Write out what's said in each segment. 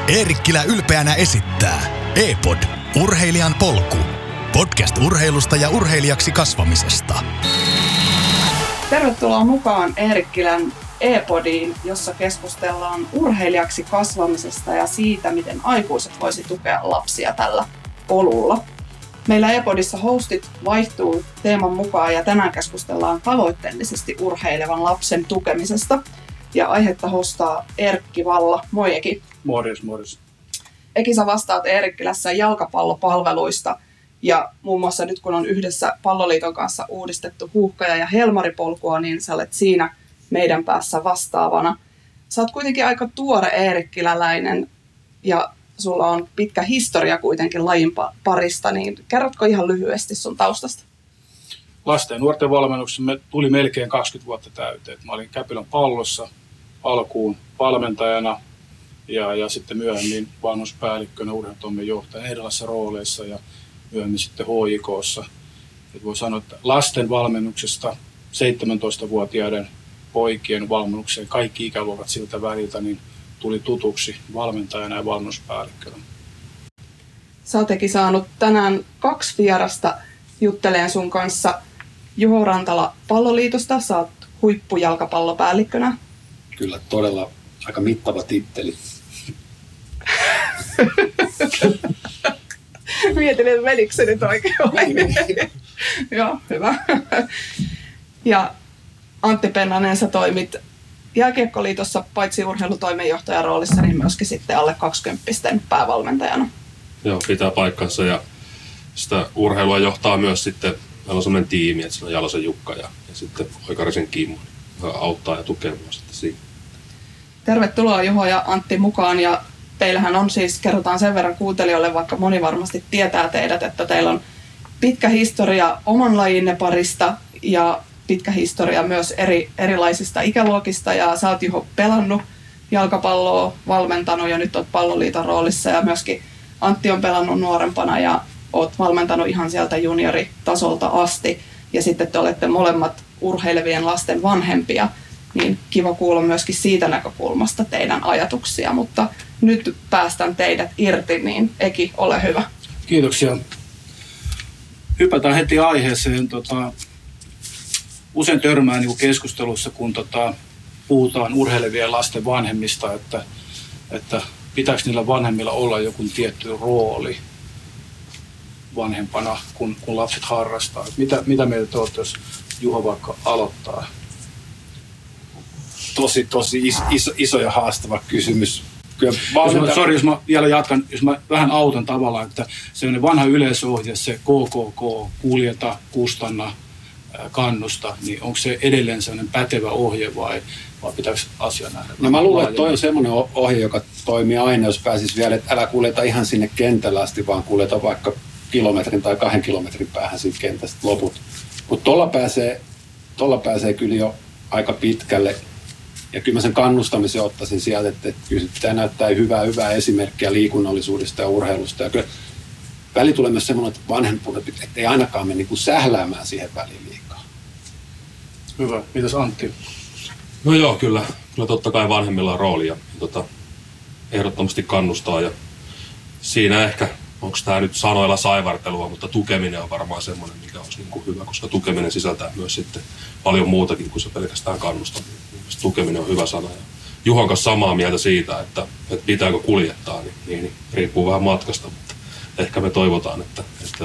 Eerikkilä ylpeänä esittää E-Pod, urheilijan polku. Podcast urheilusta ja urheilijaksi kasvamisesta. Tervetuloa mukaan Eerikkilän E-Podiin, jossa keskustellaan urheilijaksi kasvamisesta ja siitä, miten aikuiset voisi tukea lapsia tällä polulla. Meillä E-Podissa hostit vaihtuu teeman mukaan ja tänään keskustellaan tavoitteellisesti urheilevan lapsen tukemisesta. Ja aihetta hostaa Erkki Valla. Moi Eki. Morjes. Eki, sä vastaat Eerikkilässä jalkapallopalveluista ja muun muassa nyt kun on yhdessä Palloliiton kanssa uudistettu Huuhkaja- ja Helmaripolkua, niin sä olet siinä meidän päässä vastaavana. Sä oot kuitenkin aika tuore eerikkiläläinen ja sulla on pitkä historia kuitenkin lajin parista, niin kerrotko ihan lyhyesti sun taustasta? Lasten ja nuorten valmennuksessa me tuli melkein 20 vuotta täyteen. Mä olin Käpylän Pallossa alkuun valmentajana ja sitten myöhemmin valmennuspäällikkönä, urheilutoimen johtajana erilaisissa rooleissa ja myöhemmin sitten HJK:ssa. Voi sanoa, että lasten valmennuksesta 17-vuotiaiden poikien valmennukseen kaikki ikäluokat siltä väliltä niin tuli tutuksi valmentajana ja valmennuspäällikkönä. Sä oot Eki saanut tänään 2 vierasta jutteleen sun kanssa. Juho Rantala Palloliitosta, sä oot huippujalkapallopäällikkönä. Kyllä, todella aika mittava titteli. Mietin, että menikö se nyt oikein vai? Joo, hyvä. Ja Antti Pennanen, sä toimit Jääkiekkoliitossa paitsi urheilutoimenjohtajan roolissa, niin myöskin sitten alle 20-pisten päävalmentajana. Joo, pitää paikkansa ja sitä urheilua johtaa myös sitten, meillä on sellainen tiimi, että siinä on Jalosen Jukka ja sitten Oikarisen Kimmo auttaa ja tukee myös siinä. Tervetuloa Juho ja Antti mukaan ja teillähän on siis, kerrotaan sen verran kuuntelijoille, vaikka moni varmasti tietää teidät, että teillä on pitkä historia oman lajinne parista ja pitkä historia myös erilaisista ikäluokista ja sä oot Juho pelannut jalkapalloa, valmentanut ja nyt oot Palloliiton roolissa ja myöskin Antti on pelannut nuorempana ja oot valmentanut ihan sieltä junioritasolta asti ja sitten te olette molemmat urheilevien lasten vanhempia, niin kiva kuulla myöskin siitä näkökulmasta teidän ajatuksia, mutta nyt päästän teidät irti, niin Eki, ole hyvä. Kiitoksia. Hypätään heti aiheeseen. Usein törmää niin keskustelussa, kun puhutaan urheilevien lasten vanhemmista, että pitääkö niillä vanhemmilla olla joku tietty rooli vanhempana, kun lapset harrastaa. Mitä mieltä te olette, jos Juho vaikka aloittaa? Tosi iso ja haastava kysymys. Jos mä vielä jatkan, jos mä vähän autan tavallaan, että sellainen vanha yleisohje, se KKK, kuljeta, kustanna, kannusta, niin onko se edelleen sellainen pätevä ohje vai pitääkö asia nähdä? No mä luulen, että toi on semmoinen ohje, joka toimii aina, jos pääsis vielä, että älä kuljeta ihan sinne kentällä asti, vaan kuljeta vaikka kilometrin tai 2 kilometrin päähän siitä kentästä loput. Mutta tuolla pääsee kyllä jo aika pitkälle. Ja kyllä mä sen kannustamisen ottaisin sieltä, että kyllä pitää näyttää hyvää esimerkkiä liikunnallisuudesta ja urheilusta. Ja kyllä väli tulee myös semmoinen, että vanhempuudet ei ainakaan mene niin sähläämään siihen väliin liikaa. Hyvä. Mitäs Antti? No joo, kyllä totta kai vanhemmilla on rooli ja ehdottomasti kannustaa ja siinä ehkä, onko tämä nyt sanoilla saivartelua, mutta tukeminen on varmaan semmoinen, mikä olisi niin kuin hyvä, koska tukeminen sisältää myös sitten paljon muutakin kuin se pelkästään kannustaminen. Tukeminen on hyvä sana. Ja Juhon kanssa samaa mieltä siitä, että pitääkö kuljettaa, niin riippuu vähän matkasta, mutta ehkä me toivotaan, että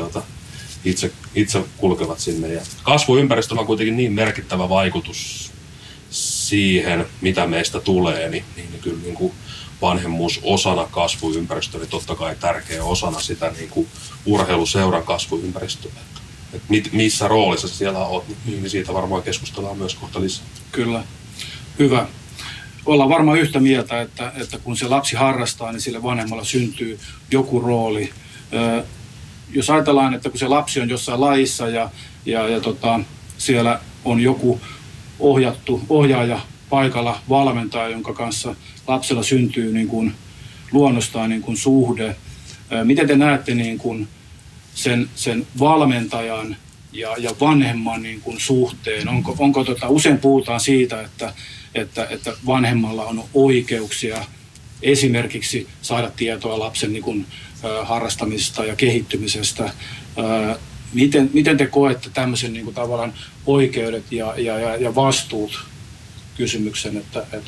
itse kulkevat sinne. Ja kasvuympäristöllä on kuitenkin niin merkittävä vaikutus siihen, mitä meistä tulee, niin kyllä niin kuin vanhemmuus osana kasvuympäristöä, niin totta kai tärkeä osana sitä niin kuin urheiluseuran kasvuympäristöä. Missä roolissa siellä olet, niin siitä varmaan keskustellaan myös kohta lisää. Kyllä. Hyvä. Ollaan varmaan yhtä mieltä, että kun se lapsi harrastaa, niin sille vanhemmalla syntyy joku rooli. Jos ajatellaan, että kun se lapsi on jossain lajissa ja siellä on joku ohjaaja paikalla, valmentaja, jonka kanssa lapsella syntyy niin kuin luonnostaan niin kuin suhde. Miten te näette niin kuin sen valmentajan ja vanhemman niin kuin suhteen? Usein puhutaan siitä, että vanhemmalla on oikeuksia esimerkiksi saada tietoa lapsen niin kuin, harrastamisesta ja kehittymisestä. Miten te koette tämmöisen niin kuin, tavallaan oikeudet ja vastuut kysymyksen?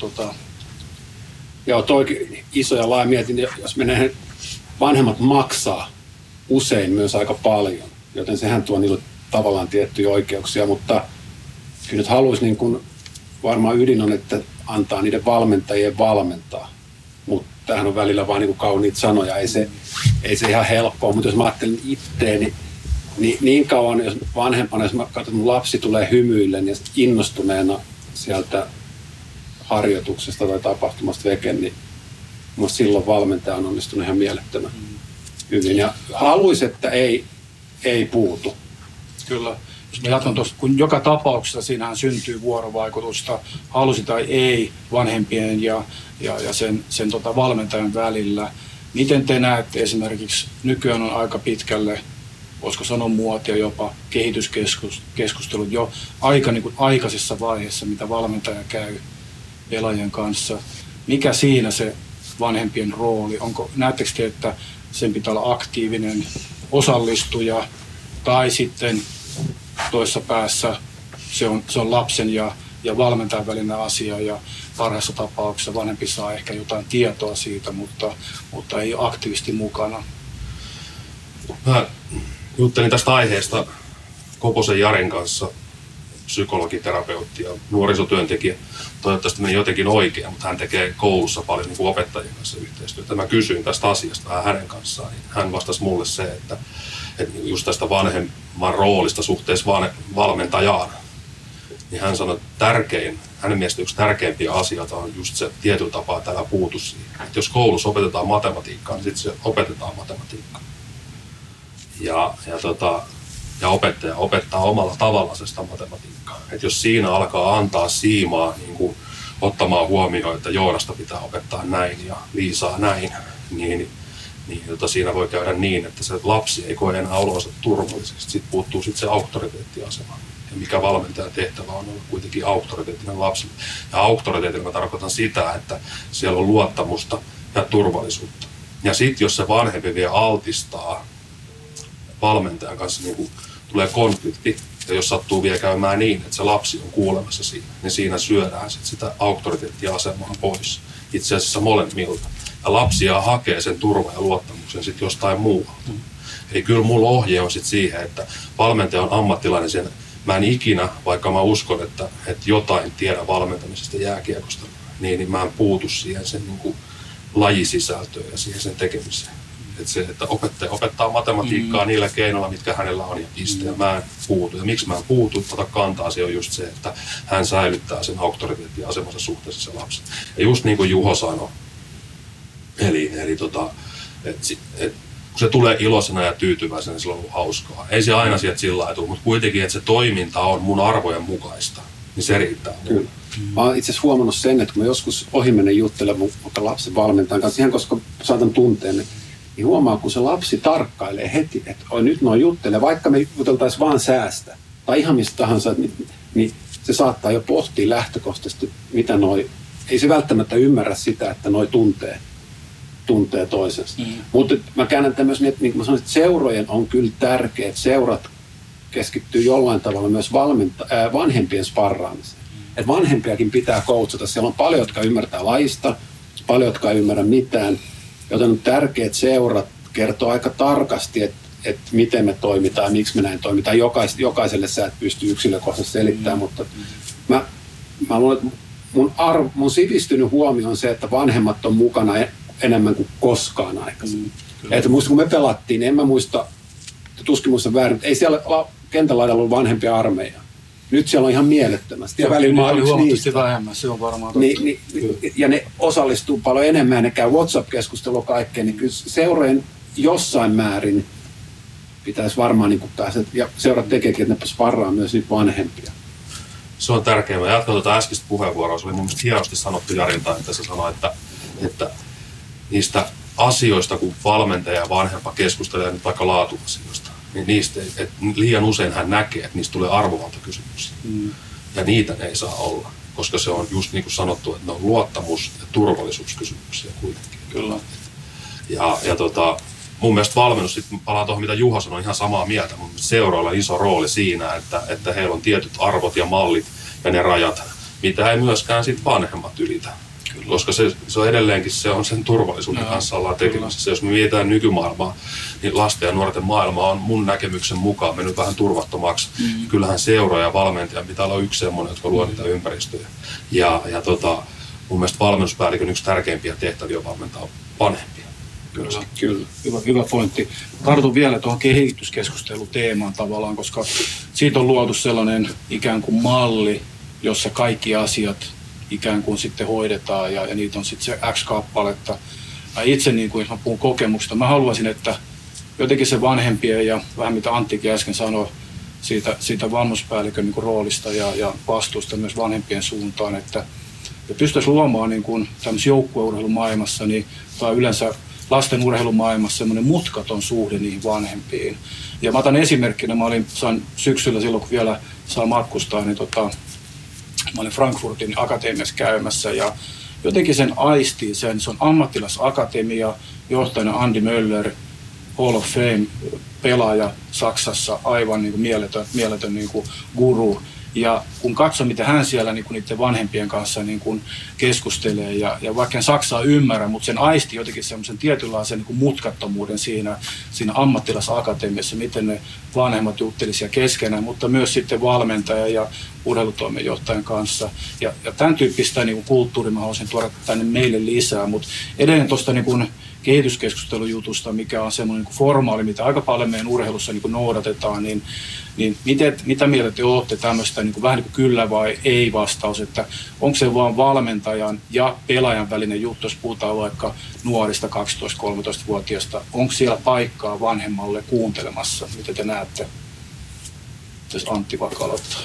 Joo, toikin iso ja laaja mietin, jos menee, vanhemmat maksaa usein myös aika paljon, joten sehän tuo niille tavallaan tiettyjä oikeuksia, mutta kyllä nyt haluaisi, niin kuin varmaan ydin on, että antaa niiden valmentajien valmentaa, mutta tämähän on välillä vaan niin kuin kauniita sanoja, ei se ihan helppoa, mutta jos mä ajattelen itteeni, niin kauan, jos vanhempana, jos mä katson, että mun lapsi tulee hymyillen ja innostuneena sieltä harjoituksesta tai tapahtumasta veken, niin musta silloin valmentaja on onnistunut ihan mielettömän hyvin. Ja haluaisi, että ei puutu. Kyllä. Jos mä jatkan tuosta, kun joka tapauksessa siinähän syntyy vuorovaikutusta, halusi tai ei, vanhempien ja sen valmentajan välillä. Miten te näette esimerkiksi, nykyään on aika pitkälle, voisiko sanoa muotia jopa, kehityskeskustelut jo aika niin kuin aikaisessa vaiheessa, mitä valmentaja käy pelaajien kanssa. Mikä siinä se vanhempien rooli? Näettekö te, että sen pitää olla aktiivinen osallistuja tai sitten toisessa päässä se on lapsen ja valmentajan välinen asia ja parhaassa tapauksessa vanhempi saa ehkä jotain tietoa siitä, mutta ei aktiivisesti mukana. Mä juttelin tästä aiheesta Koposen Jarin kanssa, psykologi, terapeutti ja nuorisotyöntekijä. Toivottavasti meni jotenkin oikein, mutta hän tekee koulussa paljon niin kuin opettajien kanssa yhteistyötä. Mä kysyin tästä asiasta vähän hänen kanssaan, niin hän vastasi mulle se, että just tästä vanhemman roolista suhteessa valmentajaan. Niin hän sanoi, että hänen mielestä yksi tärkeimpiä asioita on just se tietyllä tapaa täällä puutu siihen. Että jos koulussa opetetaan matematiikkaa, niin sitten se opetetaan matematiikkaa. Ja opettaja opettaa omalla tavallaan sitä matematiikkaa. Et jos siinä alkaa antaa siimaa niin kuin ottamaan huomioon, että Joonasta pitää opettaa näin ja Liisaa näin, niin siinä voi käydä niin, että se lapsi ei koe enää olonsa turvallisesti. Sitten puuttuu se auktoriteettiasema. Ja mikä valmentajan tehtävä on olla kuitenkin auktoriteettinen lapsi. Ja auktoriteetilla mä tarkoitan sitä, että siellä on luottamusta ja turvallisuutta. Ja sitten jos se vanhempi vielä altistaa valmentajan kanssa, niin kun tulee konflikti, ja jos sattuu vielä käymään niin, että se lapsi on kuulemassa siinä, niin siinä syödään sitä auktoriteettiasemaa pois itse asiassa molemmilta. Ja lapsia hakee sen turvan ja luottamuksen sitten jostain muualta. Eli kyllä mulla ohje on sitten siihen, että valmentaja on ammattilainen sen. Mä en ikinä, vaikka mä uskon, että jotain tiedän valmentamisesta jääkiekosta, niin mä en puutu siihen sen niin kuin lajisisältöön ja siihen sen tekemiseen. Että opettaja opettaa matematiikkaa niillä keinoilla, mitkä hänellä on ja piste. Ja mä en puutu. Ja miksi mä en puutu, ota kantaa, se on just se, että hän säilyttää sen auktoriteettiasemansa suhteessa se lapsi. Ja just niin kuin Juho sanoi, kun se tulee iloisena ja tyytyväisenä, niin sillä on ollut hauskaa. Ei se aina sieltä sillä lailla tule, mutta kuitenkin, että se toiminta on mun arvojen mukaista, niin se riittää. Kyllä. Mä oon itse asiassa huomannut sen, että kun mä joskus ohimennen juttelen mun lapsen valmentajan kanssa, ihan koska saatan tuntea, niin huomaa, kun se lapsi tarkkailee heti, että nyt noi juttelee, vaikka me juteltaisiin vaan säästä tai ihan mistä tahansa, niin se saattaa jo pohtia lähtökohtaisesti, mitä ei se välttämättä ymmärrä sitä, että noi tuntee toisensa. Mutta mä käännän tämmöisen, että niin kuin mä sanoin, että seurojen on kyllä tärkeää, että seurat keskittyy jollain tavalla myös vanhempien sparraamiseen. Että vanhempiakin pitää coachata. Siellä on paljon, jotka ymmärtää lajista, paljon, jotka ei ymmärrä mitään. Joten on tärkeää, että seurat kertoo aika tarkasti, että miten me toimitaan, miksi me näin toimitaan. Jokaiselle sä et pysty yksilökohtaisesti selittämään, mutta mä luulen, että mun sivistynyt huomio on se, että vanhemmat on mukana enemmän kuin koskaan aikaisemmin. Että muista, kun me pelattiin, niin en mä muista, tuskin muista väärin, ei siellä kentän laidalla ollut vanhempia armeija. Nyt siellä on ihan mielettömästi. Ja välillä mä oon niistä. Vähemmän, se on varmaan totta. Ja ne osallistuu paljon enemmän ja ne käy WhatsApp-keskustelua kaikkeen, niin kyllä seurojen jossain määrin pitäisi varmaan niin päästä, ja seurat tekeekin, että ne sparraa myös niitä vanhempia. Se on tärkeää. Mä jatkan tuota äskeistä puheenvuoroa. Se oli mun mielestä hienosti sanottu Jarilta, että se sanoi, että niistä asioista, kun valmentaja ja vanhempa keskustelee nyt vaikka laatuasioista, niin niistä liian usein hän näkee, että niistä tulee arvovaltakysymyksiä. Ja niitä ne ei saa olla. koska se on just niin kuin sanottu, että ne on luottamus- ja turvallisuuskysymyksiä kuitenkin. Kyllä. Ja mun mielestä valmennus, sitten palaan tuohon mitä Juha sanoi, ihan samaa mieltä, mun mielestä seuroilla on iso rooli siinä, että heillä on tietyt arvot ja mallit ja ne rajat, mitä ei myöskään sit vanhemmat ylitä. Kyllä. Koska se on edelleenkin se on sen turvallisuuden kanssa ollaan tekemässä. Jos me mietitään nykymaailmaa, niin lasten ja nuorten maailma on mun näkemyksen mukaan mennyt vähän turvattomaksi. Kyllähän seura ja valmentaja pitää olla yksi semmoinen, jotka luo niitä ympäristöjä. Mun mielestä valmennuspäällikön yksi tärkeimpiä tehtäviä on valmentaa vanhempia. Kyllä. Hyvä pointti. Tartun vielä tuohon kehityskeskusteluteemaan tavallaan, koska siitä on luotu sellainen ikään kuin malli, jossa kaikki asiat ikään kuin sitten hoidetaan ja niitä on sitten se X kappaletta. Mä itse, niin kuin, jos mä puhun kokemuksesta, mä haluaisin, että jotenkin se vanhempien ja vähän mitä Anttikin äsken sanoi siitä vanhuspäällikön niin kuin roolista ja vastuusta myös vanhempien suuntaan, että pystyisi luomaan niin kuin tämmöisessä joukkueurheilumaailmassa niin, tai yleensä lasten urheilumaailmassa semmoinen mutkaton suhde niihin vanhempiin. Ja mä otan esimerkkinä, sain syksyllä silloin, kun vielä saa matkustaa, niin mä olin Frankfurtin akatemiassa käymässä ja jotenkin sen aistii se on ammattilaisakatemia, johtajana Andy Möller, Hall of Fame pelaaja Saksassa, aivan niin kuin mieletön niin kuin guru. Ja kun katsoo, miten hän siellä niin kuin niiden vanhempien kanssa niin kuin keskustelee, ja vaikka en Saksaa ymmärrä, mutta sen aisti jotenkin semmoisen tietynlaisen niin kuin mutkattomuuden siinä ammattilaisakatemiassa, miten ne vanhemmat juttelisivat keskenään, mutta myös sitten valmentaja ja urheilutoimenjohtajan kanssa. Ja tämän tyyppistä niin kuin kulttuuria mä haluaisin tuoda tänne meille lisää, mutta edelleen tuosta niin kuin kehityskeskustelujutusta, mikä on semmoinen niin formaali, mitä aika paljon meidän urheilussa niin kuin noudatetaan, niin mitä mieltä te olette tämmöistä niin kuin vähän niin kuin kyllä vai ei vastaus, että onko se vaan valmentajan ja pelaajan välinen juttu, jos puhutaan vaikka nuorista 12-13-vuotiaista, onko siellä paikkaa vanhemmalle kuuntelemassa, mitä te näette? Jos Antti vaikka aloittaa.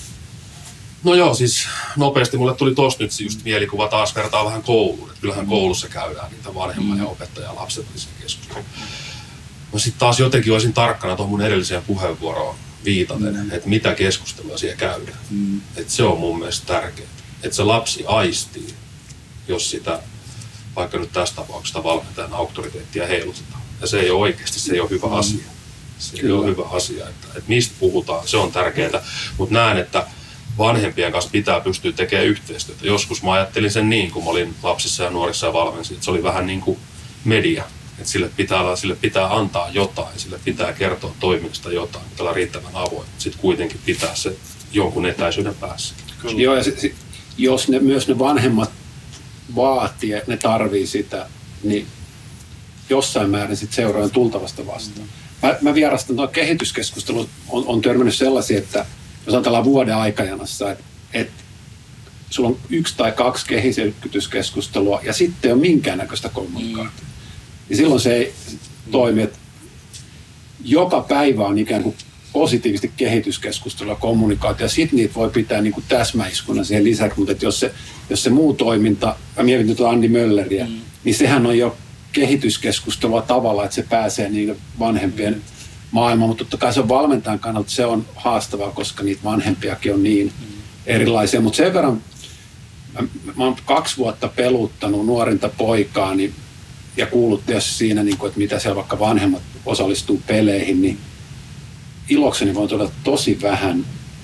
No joo, siis nopeasti mulle tuli tosta nyt just mielikuva taas vertaa vähän kouluun. Että kyllähän koulussa käydään niitä vanhemman ja opettajan ja lapsen välisen keskustelua. No sit taas jotenkin olisin tarkkana tuohon mun edelliseen puheenvuoroon viitaten, että mitä keskustelua siellä käydään. Että se on mun mielestä tärkeää. Että se lapsi aistii, jos sitä, vaikka nyt tässä tapauksessa valmentajan auktoriteettia heilutetaan. Ja se ei ole oikeasti, se ei ole hyvä asia. Se ei ole hyvä asia, että mistä puhutaan, se on tärkeää. Mutta näen, että vanhempien kanssa pitää pystyä tekemään yhteistyötä. Joskus mä ajattelin sen niin, kun mä olin lapsissa ja nuorissa ja valmensin, että se oli vähän niin kuin media. Että sille pitää antaa jotain, sille pitää kertoa toiminnasta jotain, mutta olla riittävän avoin. Sitten kuitenkin pitää se jonkun etäisyyden päässä. Joo, ja jos myös ne vanhemmat vaatii, ne tarvii sitä, niin jossain määrin sit seuraajan tultavasta vastaan. Mä vierastan tuon kehityskeskustelun, on törmännyt sellaisia, että jos ajatellaan vuoden aikajanassa, että sulla on 1 tai 2 kehityskeskustelua ja sitten ei ole minkäännäköistä kommunikaatiota. Ja silloin se ei toimi, että joka päivä on ikään kuin positiivisesti kehityskeskustelua, kommunikaatio, ja sitten niitä voi pitää niin kuin täsmäiskuna siihen lisäksi, mutta jos se muu toiminta, mä mietin nyt Andy Mölleriä, niin sehän on jo kehityskeskustelua tavalla, että se pääsee niin vanhempien maailmaan, mutta totta kai se on valmentajan kannalta, se on haastavaa, koska niitä vanhempiakin on niin erilaisia, mutta sen verran mä oon 2 vuotta peluttanut nuorinta poikaa, niin ja kuullut tietysti siinä, että mitä siellä vaikka vanhemmat osallistuu peleihin, niin ilokseni voin todeta tosi vähän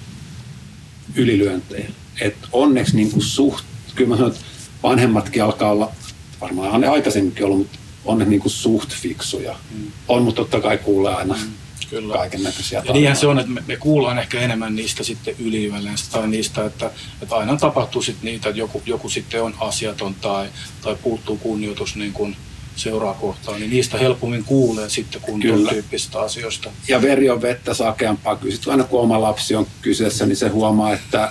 ylilyöntejä. Et onneksi kyllä mä sanon, että vanhemmatkin alkaa olla, varmaan ne aikaisemminkin ollut, mutta onneksi suht fiksuja. On, mutta totta kai kuulee aina kaiken näköisiä tarinoita. Niinhän se on, että me kuullaan ehkä enemmän niistä sitten yliväleistä tai niistä, että aina tapahtuu sitten niitä, että joku sitten on asiaton tai puuttuu kunnioitus niin kuin seuraa kohtaan, niin niistä helpommin kuulee sitten kun tuon tyyppisistä asioista. Ja veri on vettä sakeampaa. Kyllä aina kun oma lapsi on kyseessä, niin se huomaa, että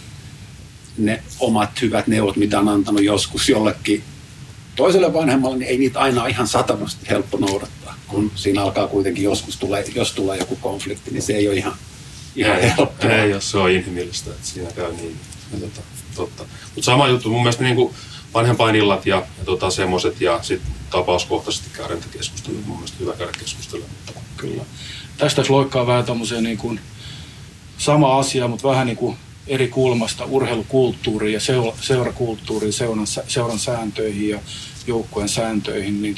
ne omat hyvät neuvot, mitä on antanut joskus jollekin toiselle vanhemmalle, niin ei niitä aina ihan satanasti helppo noudattaa. Kun siinä alkaa kuitenkin jos tulee joku konflikti, niin se ei ole ihan helppoa. Ei, jos se on inhimillistä, että siinä käy niin. Totta. Mutta sama juttu, mun mielestä niin kuin vanhempainillat ja semmoiset ja sitten tapauskohtaisesti käydään keskustelua. Mun mielestä hyvä käydä keskustelua. Kyllä. Tästä loikkaa vähän tommoseen niin kuin sama asia, mutta vähän niin kuin eri kulmasta urheilukulttuuriin ja seurakulttuuriin, seuran sääntöihin ja joukkueen sääntöihin, niin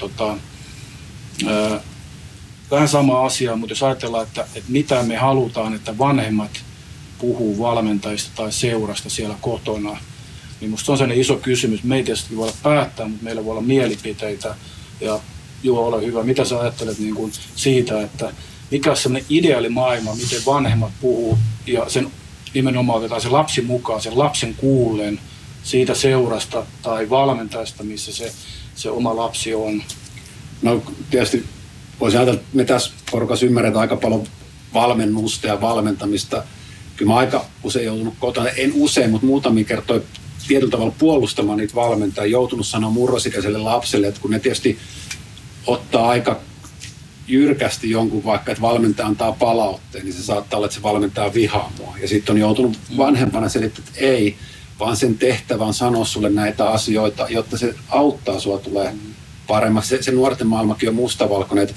vähän sama asia, mutta jos ajatellaan, että mitä me halutaan, että vanhemmat puhuu valmentajista tai seurasta siellä kotona, niin musta on sellainen iso kysymys. Me ei tietysti voi päättää, mutta meillä voi olla mielipiteitä. Ja Juho, ole hyvä. Mitä sä ajattelet niin kuin siitä, että mikä on sellainen ideaali maailma, miten vanhemmat puhuu ja sen nimenomaan otetaan se lapsi mukaan, sen lapsen kuullen siitä seurasta tai valmentajasta, missä se oma lapsi on? No tietysti voisi ajatella, että me tässä porukassa ymmärretään aika paljon valmennusta ja valmentamista. Kyllä mä aika usein joutunut kotona, en usein, mutta muutamia kertoja tietyllä tavalla puolustamaan niitä valmentajia, joutunut sanoa murrosikäiselle lapselle, että kun ne tietysti ottaa aika jyrkästi jonkun vaikka, että valmentaja antaa palautteen, niin se saattaa olla, että se valmentaja vihaa mua. Ja sitten on joutunut vanhempana selittämään, että ei, vaan sen tehtävä on sanoa sulle näitä asioita, jotta se auttaa sua tulee paremmaksi. Se nuorten maailmakin on mustavalkoinen.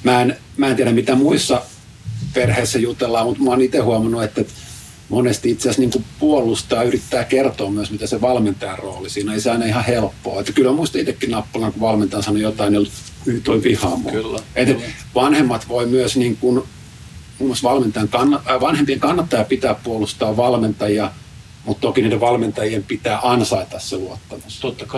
Mä en tiedä, mitä muissa perheissä jutellaan, mutta mä oon itse huomannut, että monesti itse asiassa niin puolustaa, yrittää kertoa myös, mitä se valmentajan rooli siinä. Ei se aina ihan helppoa. Että kyllä muista itsekin nappalan, kun valmentaja sanoi jotain, niin nyt toi vihaa mua. Kyllä. Vanhemmat voi myös, niin kuin, muun muassa vanhempien kannattaa pitää puolustaa valmentajia, mutta toki niiden valmentajien pitää ansaita se luottamus.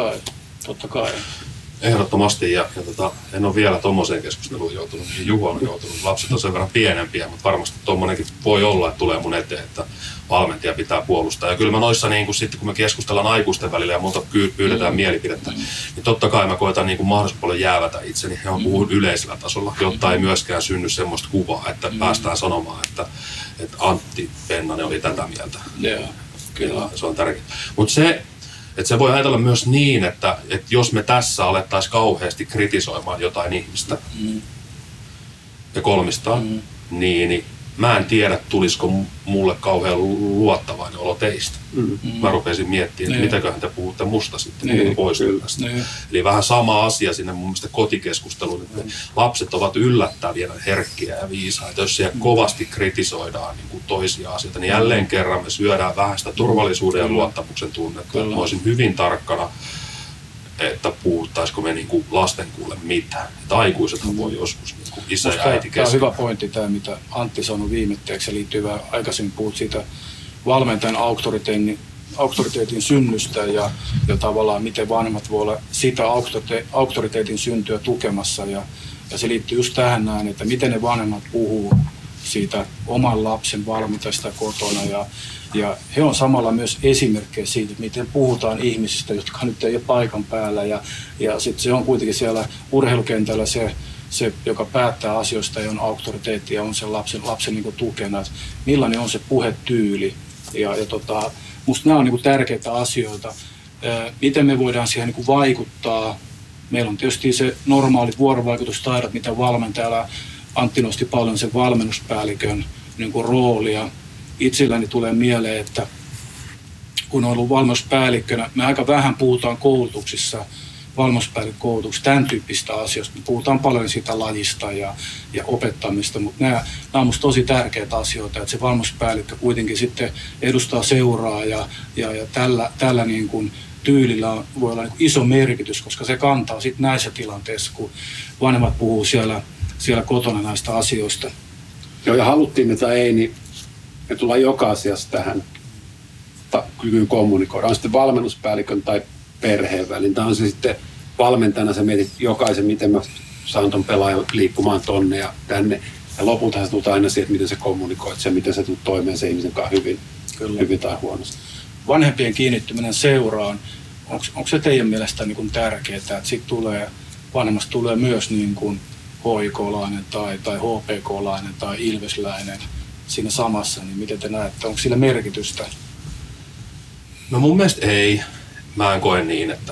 Totta kai. Ehdottomasti, ja en ole vielä tuommoiseen keskusteluun joutunut, niin Juho on joutunut. Lapset on sen verran pienempiä, mutta varmasti tuommoinenkin voi olla, että tulee mun eteen, että valmentaja pitää puolustaa. Ja kyllä mä noissa, niin kun, sitten kun me keskustellaan aikuisten välillä ja multa pyydetään mielipidettä, niin totta kai mä koitan niin mahdollisimman paljon jäävätä itseni ja puhun yleisellä tasolla, jotta ei myöskään synny semmoista kuvaa, että päästään sanomaan, että Antti Pennanen oli tätä mieltä. Kyllä. Se on tärkeää. Mutta se voi ajatella myös niin, että jos me tässä alettaisiin kauheasti kritisoimaan jotain ihmistä ja kolmistaan, niin mä en tiedä, tulisiko mulle kauhean luottavainen olo teistä. Mä rupesin miettimään, että mitäköhän te puhutte musta sitten, kun poistun tästä. Eli vähän sama asia sinne mun mielestä kotikeskusteluun, että lapset ovat yllättäviä, herkkiä ja viisaita. Jos siellä kovasti kritisoidaan niin kuin toisia asioita, niin jälleen kerran me syödään vähän sitä turvallisuuden ja luottamuksen tunnetta. Mä olisin hyvin tarkkana, että puhuttaisiko me niin kuin lasten kuule mitään. Että aikuisethan voi joskus niin kuin isä ja äiti kesken. Tämä on hyvä pointti, tämä mitä Antti sanoi viimetteeksi, liittyy vähän aikaisemmin puhut siitä valmentajan auktoriteetin synnystä ja tavallaan miten vanhemmat voi olla sitä auktoriteetin syntyä tukemassa. Ja se liittyy just tähän näin, että miten ne vanhemmat puhuu siitä oman lapsen valmentajasta kotona. Ja he on samalla myös esimerkkejä siitä, miten puhutaan ihmisistä, jotka nyt ei ole paikan päällä. Ja sitten se on kuitenkin siellä urheilukentällä se, joka päättää asioista ja on auktoriteetti ja on sen lapsen niin kuin tukena. Että millainen on se puhetyyli. Musta nämä on niin kuin tärkeitä asioita. Miten me voidaan siihen niin kuin vaikuttaa. Meillä on tietysti se normaalit vuorovaikutustaidot, mitä valmentajalla Antti nosti paljon sen valmennuspäällikön niin kuin roolia. Itselläni tulee mieleen, että kun on ollut valmennuspäällikkönä, me aika vähän puhutaan koulutuksissa, valmennuspäällikkökoulutuksissa, tämän tyyppistä asioista. Me puhutaan paljon siitä lajista ja opettamista, mutta nämä on musta tosi tärkeitä asioita, että se valmennuspäällikkö kuitenkin sitten edustaa seuraa ja tällä niin kuin tyylillä voi olla niin kuin iso merkitys, koska se kantaa sitten näissä tilanteissa, kun vanhemmat puhuu siellä kotona näistä asioista. Joo, ja haluttiin me tai ei, niin me tullaan joka asiassa tähän kykyyn kommunikoida. On sitten valmennuspäällikön tai perheen välin. Tämä on se sitten valmentajana, sä mietit jokaisen, miten mä saan ton pelaajan liikkumaan tonne ja tänne. Ja lopulta sä tulet aina siihen, että miten sä kommunikoit sen, miten sä tulet toimeen sen ihmisen kanssa hyvin tai huonosti. Vanhempien kiinnittyminen seuraan, onko se teidän mielestä niin kuin tärkeää, että siitä vanhemmasta tulee myös niin kuin HIK-lainen tai HPK-lainen tai Ilvesläinen siinä samassa, niin miten te näette, onko sillä merkitystä? No mun mielestä ei. Mä en koe niin, että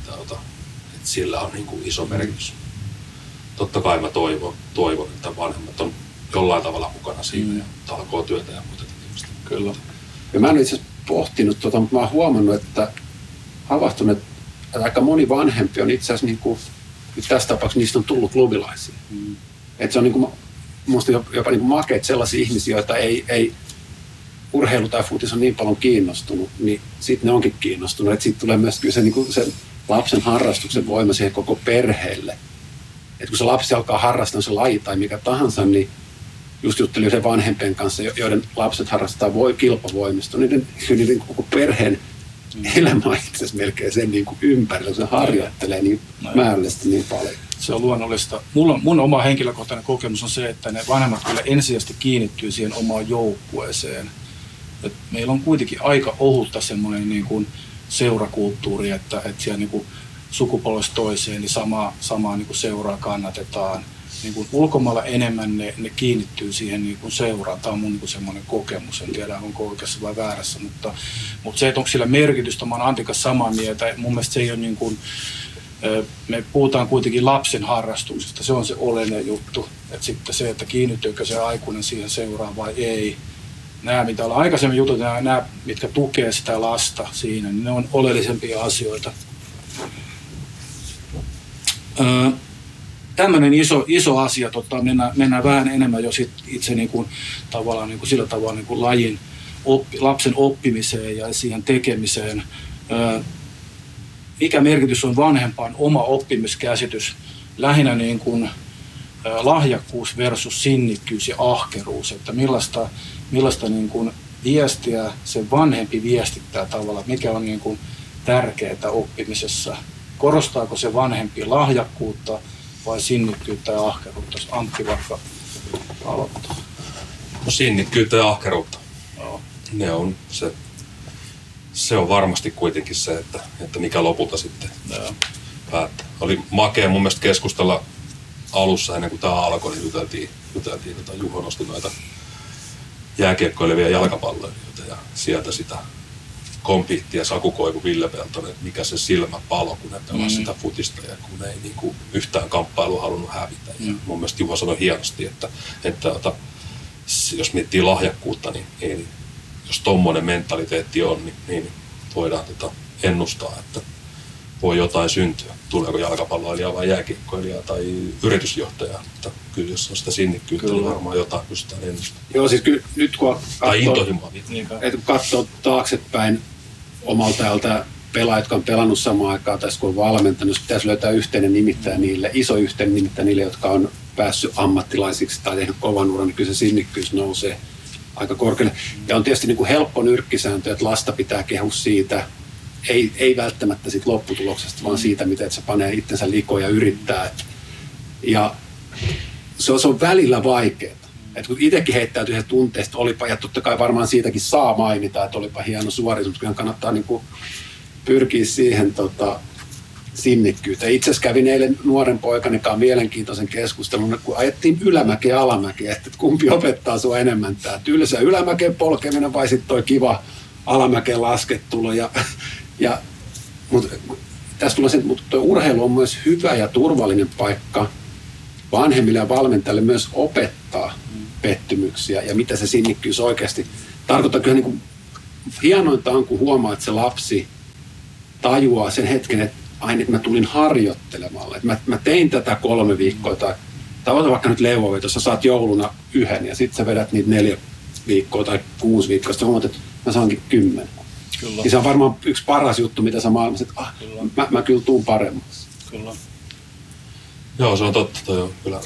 sillä on niin kuin iso merkitys. Totta kai mä toivon, että vanhemmat on jollain tavalla mukana siinä ja talkootyötä ja muuta tekemistä. Kyllä. Ja mä en itse asiassa pohtinut mutta mä oon huomannut, että havahtunut, että aika moni vanhempi on itse asiassa niin kuin, tässä tapauksessa niistä on tullut klubilaisia. Että se on niin kuin, musta jopa niin kuin makeet sellaisia ihmisiä, joita ei urheilu tai futis on niin paljon kiinnostunut, niin sitten ne onkin kiinnostunut. Että siitä tulee myös kyllä se, niin se lapsen harrastuksen voima siihen koko perheelle. Että kun se lapsi alkaa harrastaa se laji tai mikä tahansa, niin just juttelin yhden vanhempien kanssa, joiden lapset harrastaa kilpavoimista, niiden koko perheen elämä on itse asiassa melkein sen niin kuin ympärillä, kun se harjoittelee niin määrällisesti niin paljon. Se on luonnollista. Mun oma henkilökohtainen kokemus on se, että ne vanhemmat kyllä ensisijaisesti kiinnittyy siihen omaan joukkueeseen. Et meillä on kuitenkin aika ohutta semmoinen niin kuin seurakulttuuri, että siellä niin kuin sukupolvesta toiseen niin samaa niin kuin seuraa kannatetaan. Niin kuin ulkomailla enemmän ne kiinnittyy siihen niin kuin seuraan. Tämä on mun niin kuin semmoinen kokemus. En tiedä, onko oikeassa vai väärässä, mutta se, että onko sillä merkitystä, mä oon Antin kanssa samaa mieltä. Mun mielestä se ei ole niin kuin, me puhutaan kuitenkin lapsen harrastuksesta, se on se oleellinen juttu. Että sitten se, että kiinnittyykö se aikuinen siihen seuraan vai ei. Nämä, mitä ollaan aikaisemmin jutut, nämä, mitkä tukee sitä lasta siinä, niin ne on oleellisempia asioita. Tämmöinen iso asia, mennään vähän enemmän jo itse niin kuin, tavallaan, niin kuin sillä tavalla niin kuin lajin lapsen oppimiseen ja siihen tekemiseen. Mikä merkitys on vanhempaan oma oppimiskäsitys, lähinnä niin kuin, lahjakkuus versus sinnikkyys ja ahkeruus, että millaista niin kuin viestiä se vanhempi viestittää tavallaan, mikä on niin kuin tärkeää oppimisessa. Korostaako se vanhempi lahjakkuutta vai sinnikkyyttä ja ahkeruutta? Antti vaikka aloittaa. No, sinnikkyyttä ja ahkeruutta. Joo. Ne on se on varmasti kuitenkin se, että mikä lopulta sitten päättää. Oli makea mun mielestä keskustella alussa ennen kuin tämä alkoi, niin juteltiin Juho nosti noita jääkiekkoilevia jalkapalloilijoita ja sieltä sitä Kompihti ja Saku Koivu, Ville Peltonen, että mikä se silmä palo, kun ne pelasi sitä futista ja kun ei niin kuin yhtään kamppailua halunnut hävitä. Ja mun mielestä Juho sanoi hienosti, että jos miettii lahjakkuutta, niin jos tommoinen mentaliteetti on, niin voidaan ennustaa, että voi jotain syntyä. Tuleeko jalkapalloilija vai jääkiekkoilija tai yritysjohtaja, mutta kyllä jos on sitä sinnikkyyttä, niin varmaan jotain pystytään ennustamaan. Joo, siis kyllä nyt kun katsoo taaksepäin omalta ajalta pelaajat, jotka on pelannut samaan aikaan tässä kun on valmentanut, pitäisi löytää yhteinen nimittäjä niille, iso yhteinen nimittäjä niille, jotka on päässyt ammattilaisiksi tai tehnyt kovan uran, niin kyllä se sinnikkyys nousee aika korkealle. Ja on tietysti niin kuin helppo nyrkkisääntö, että lasta pitää kehua siitä, ei välttämättä siitä lopputuloksesta, vaan siitä, miten se panee itsensä likoon ja yrittää. Ja se on välillä vaikeaa. Et kun itsekin heittäytyy yhden tunteesta, olipa, ja totta kai varmaan siitäkin saa mainita, että olipa hieno suoritus, mutta kannattaa niin kuin pyrkiä siihen sinnikkyyteen. Itse asiassa kävin eilen nuoren poikani kanssa mielenkiintoisen keskustelun, kun ajettiin ylämäkeä ja alamäkeä, että kumpi opettaa sinua enemmän, tämä tylsä ylämäkeen polkeminen vai sitten tuo kiva alamäkeen laskettelu. Mutta tässä tulee se, että tuo urheilu on myös hyvä ja turvallinen paikka vanhemmille ja valmentajille myös opettaa pettymyksiä ja mitä se sinnikkyys oikeasti tarkoittaa. Kyllä niin kuin hienointa on, kun huomaa, että se lapsi tajuaa sen hetken, että aina mä tulin harjoittelemalla. Että mä tein tätä 3 viikkoa tai ota vaikka nyt leivonveto, sä saat jouluna 1 ja sitten sä vedät niitä 4 viikkoa tai 6 viikkoa, sitten huomaat, että mä saankin 10. Kyllä. Ja se on varmaan yksi paras juttu, mitä sä maailmassa, että mä kyllä tuun paremmaksi. Kyllä. Joo, se on totta. Toi on kyllä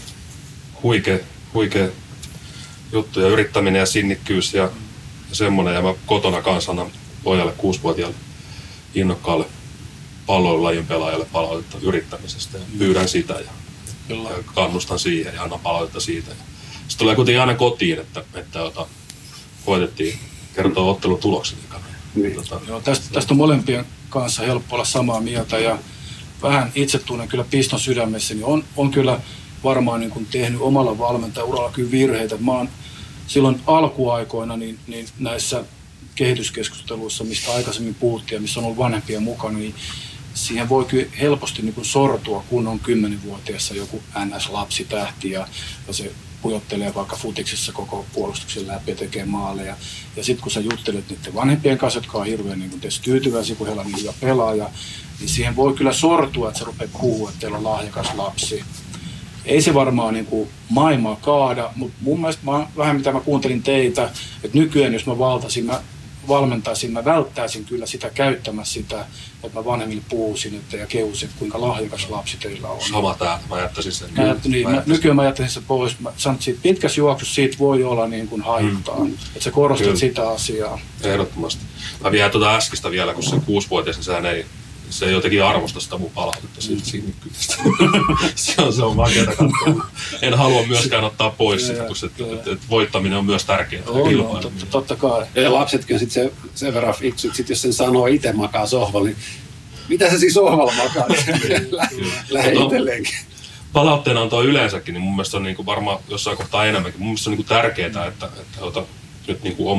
huikea juttu ja yrittäminen ja sinnikkyys ja semmoinen. Ja mä kotona kanssa annan pojalle 6-vuotiaalle innokkaalle palloilulajin pelaajalle palautetta yrittämisestä ja pyydän sitä ja kannustan siihen ja annan palautetta siitä. Sitten tulee kuitenkin aina kotiin, että voitettiin kertoa ottelun tuloksen. Joo, tästä on molempien kanssa helppo olla samaa mieltä ja vähän itse tunnen kyllä piston sydämessä, niin on kyllä varmaan niin kuin tehnyt omalla valmentajauralla kyllä virheitä. Mä oon silloin alkuaikoina niin näissä kehityskeskusteluissa, mistä aikaisemmin puhuttiin ja missä on ollut vanhempia mukana, niin siihen voi kyllä helposti niin kuin sortua, kun on 10-vuotiaassa joku NS-lapsitähti ja se pujottelee vaikka futiksessa koko puolustuksen läpi ja tekee maaleja. Ja sitten kun sä juttelet niiden vanhempien kanssa, jotka on hirveän niin tyytyväisiä, kun heillä on niin hyvä pelaaja, niin siihen voi kyllä sortua, että sä rupeat puhua, että teillä on lahjakas lapsi. ei se varmaan niin kuin maailmaa kaada, mutta mun mielestä vähän mitä mä kuuntelin teitä, että nykyään jos mä valmentaisin, mä välttäisin kyllä sitä käyttämässä sitä, että mä vanhemmille puhuisin ja kehuisin, kuinka lahjakas lapsi teillä on. Sama täällä, mä jättäisin sen. Nykyään mä jättäisin sen pois. Mä sanon, että siitä pitkässä juoksussa siitä voi olla niin kuin haittaa, että sä korostat kyllä sitä asiaa. Ehdottomasti. Mä vielä äskeistä vielä, kun se 6-vuotias, niin se ei jotenkin arvosta sitä mun palautetta siitä sinnikkyydestä. se on vaikeaa katsoa. En halua myöskään ottaa pois sitä, että voittaminen on myös tärkeää. Totta kai. Ja lapsetkin on sitten sen verran fiksut, sit jos sen sanoo itse makaa sohvalla, niin mitä se siis sohvalla makaa? Lähde itselleenkin. Palautteena on tuo yleensäkin, niin mun mielestä on niinku varmaan jossain kohtaa enemmänkin. Mun mielestä on niinku tärkeää, että nyt niinku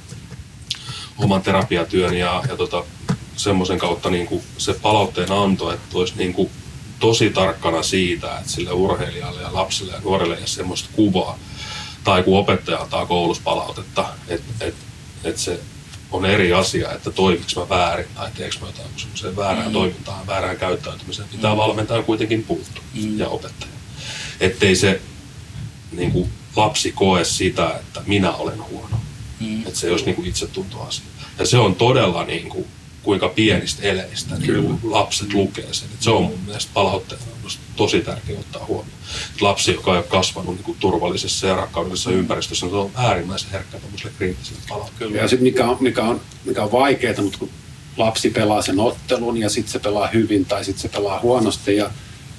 oman terapiatyön ja semmoisen kautta niinku se palautteen anto, että olisi niinku tosi tarkkana siitä, että sille urheilijalle ja lapselle ja nuorelle ei ole semmoista kuvaa. Tai kun opettaja antaa koulussa palautetta, että se on eri asia, että toimiks mä väärin tai teekö mä jotain semmoiseen väärään toimintaan, väärään käyttäytymiseen. Pitää valmentaja kuitenkin puuttua ja opettaja. Ettei se niinku lapsi koe sitä, että minä olen huono. Että se ei olisi niinku itsetuntoasia. Ja se on todella niinku kuinka pienistä eleistä niin lapset lukee sen. Et se on mun mielestä palautteena tosi tärkeää ottaa huomioon. Lapsi, joka ei ole kasvanut niin kuin turvallisessa ja rakkaudellisessa ympäristössä, niin se on äärimmäisen herkkä tämmöiselle kriittiselle palautteelle. Ja sitten mikä on vaikeaa, mutta kun lapsi pelaa sen ottelun ja sitten se pelaa hyvin tai sitten se pelaa huonosti ja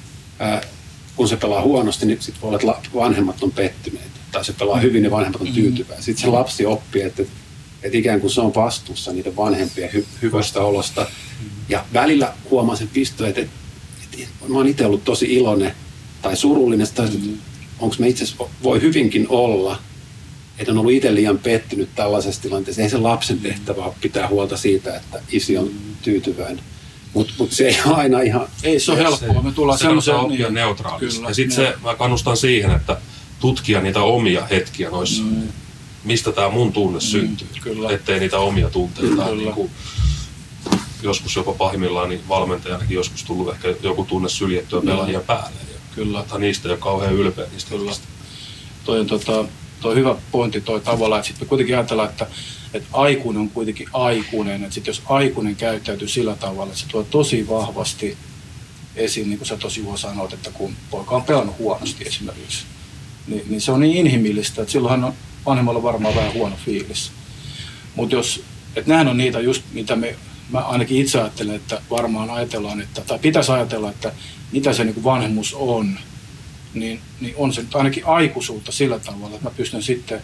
kun se pelaa huonosti, niin sitten voi olla, että vanhemmat on pettyneet. Tai se pelaa hyvin ja vanhemmat on tyytyväisiä. Sitten se lapsi oppii, että ikään kuin se on vastuussa niiden vanhempien hyvästä olosta. Ja välillä huomaan sen pistoon, että mä oon itse ollut tosi iloinen tai surullinen, että onko me itse asiassa voi hyvinkin olla, että on ollut itse liian pettynyt tällaisessa tilanteessa. Ei se lapsen tehtävä ole pitää huolta siitä, että isi on tyytyväinen. Mutta se ei ole aina ihan... Ei se ole helppoa. Me tullaan semmoiseen... Se oppia neutraalista. Ja sitten mä kannustan siihen, että tutkia niitä omia hetkiä noissa... Mistä tämä mun tunne syntyy, ettei niitä omia tunteita. Niin kuin joskus jopa pahimmillaan niin valmentajanakin joskus tullut ehkä joku tunne syljettyä pelaajia päälle. Kyllä. Tai niistä ei ole kauhean ylpeä niistä. Toi on hyvä pointti toi tavalla, että sitten me kuitenkin ajatellaan, että aikuinen on kuitenkin aikuinen. Että jos aikuinen käyttäytyy sillä tavalla, että se tuo tosi vahvasti esiin, niin kuin sä tosi hyvin sanoit, että kun poika on pelannut huonosti esimerkiksi, niin se on niin inhimillistä, että silloinhan on vanhemmalla on varmaan vähän huono fiilis. Mutta nehän on niitä just, mitä mä ainakin itse ajattelen, että varmaan ajatellaan, tai pitäisi ajatella, että mitä se niin vanhemmuus on, niin on se nyt ainakin aikuisuutta sillä tavalla, että mä pystyn sitten,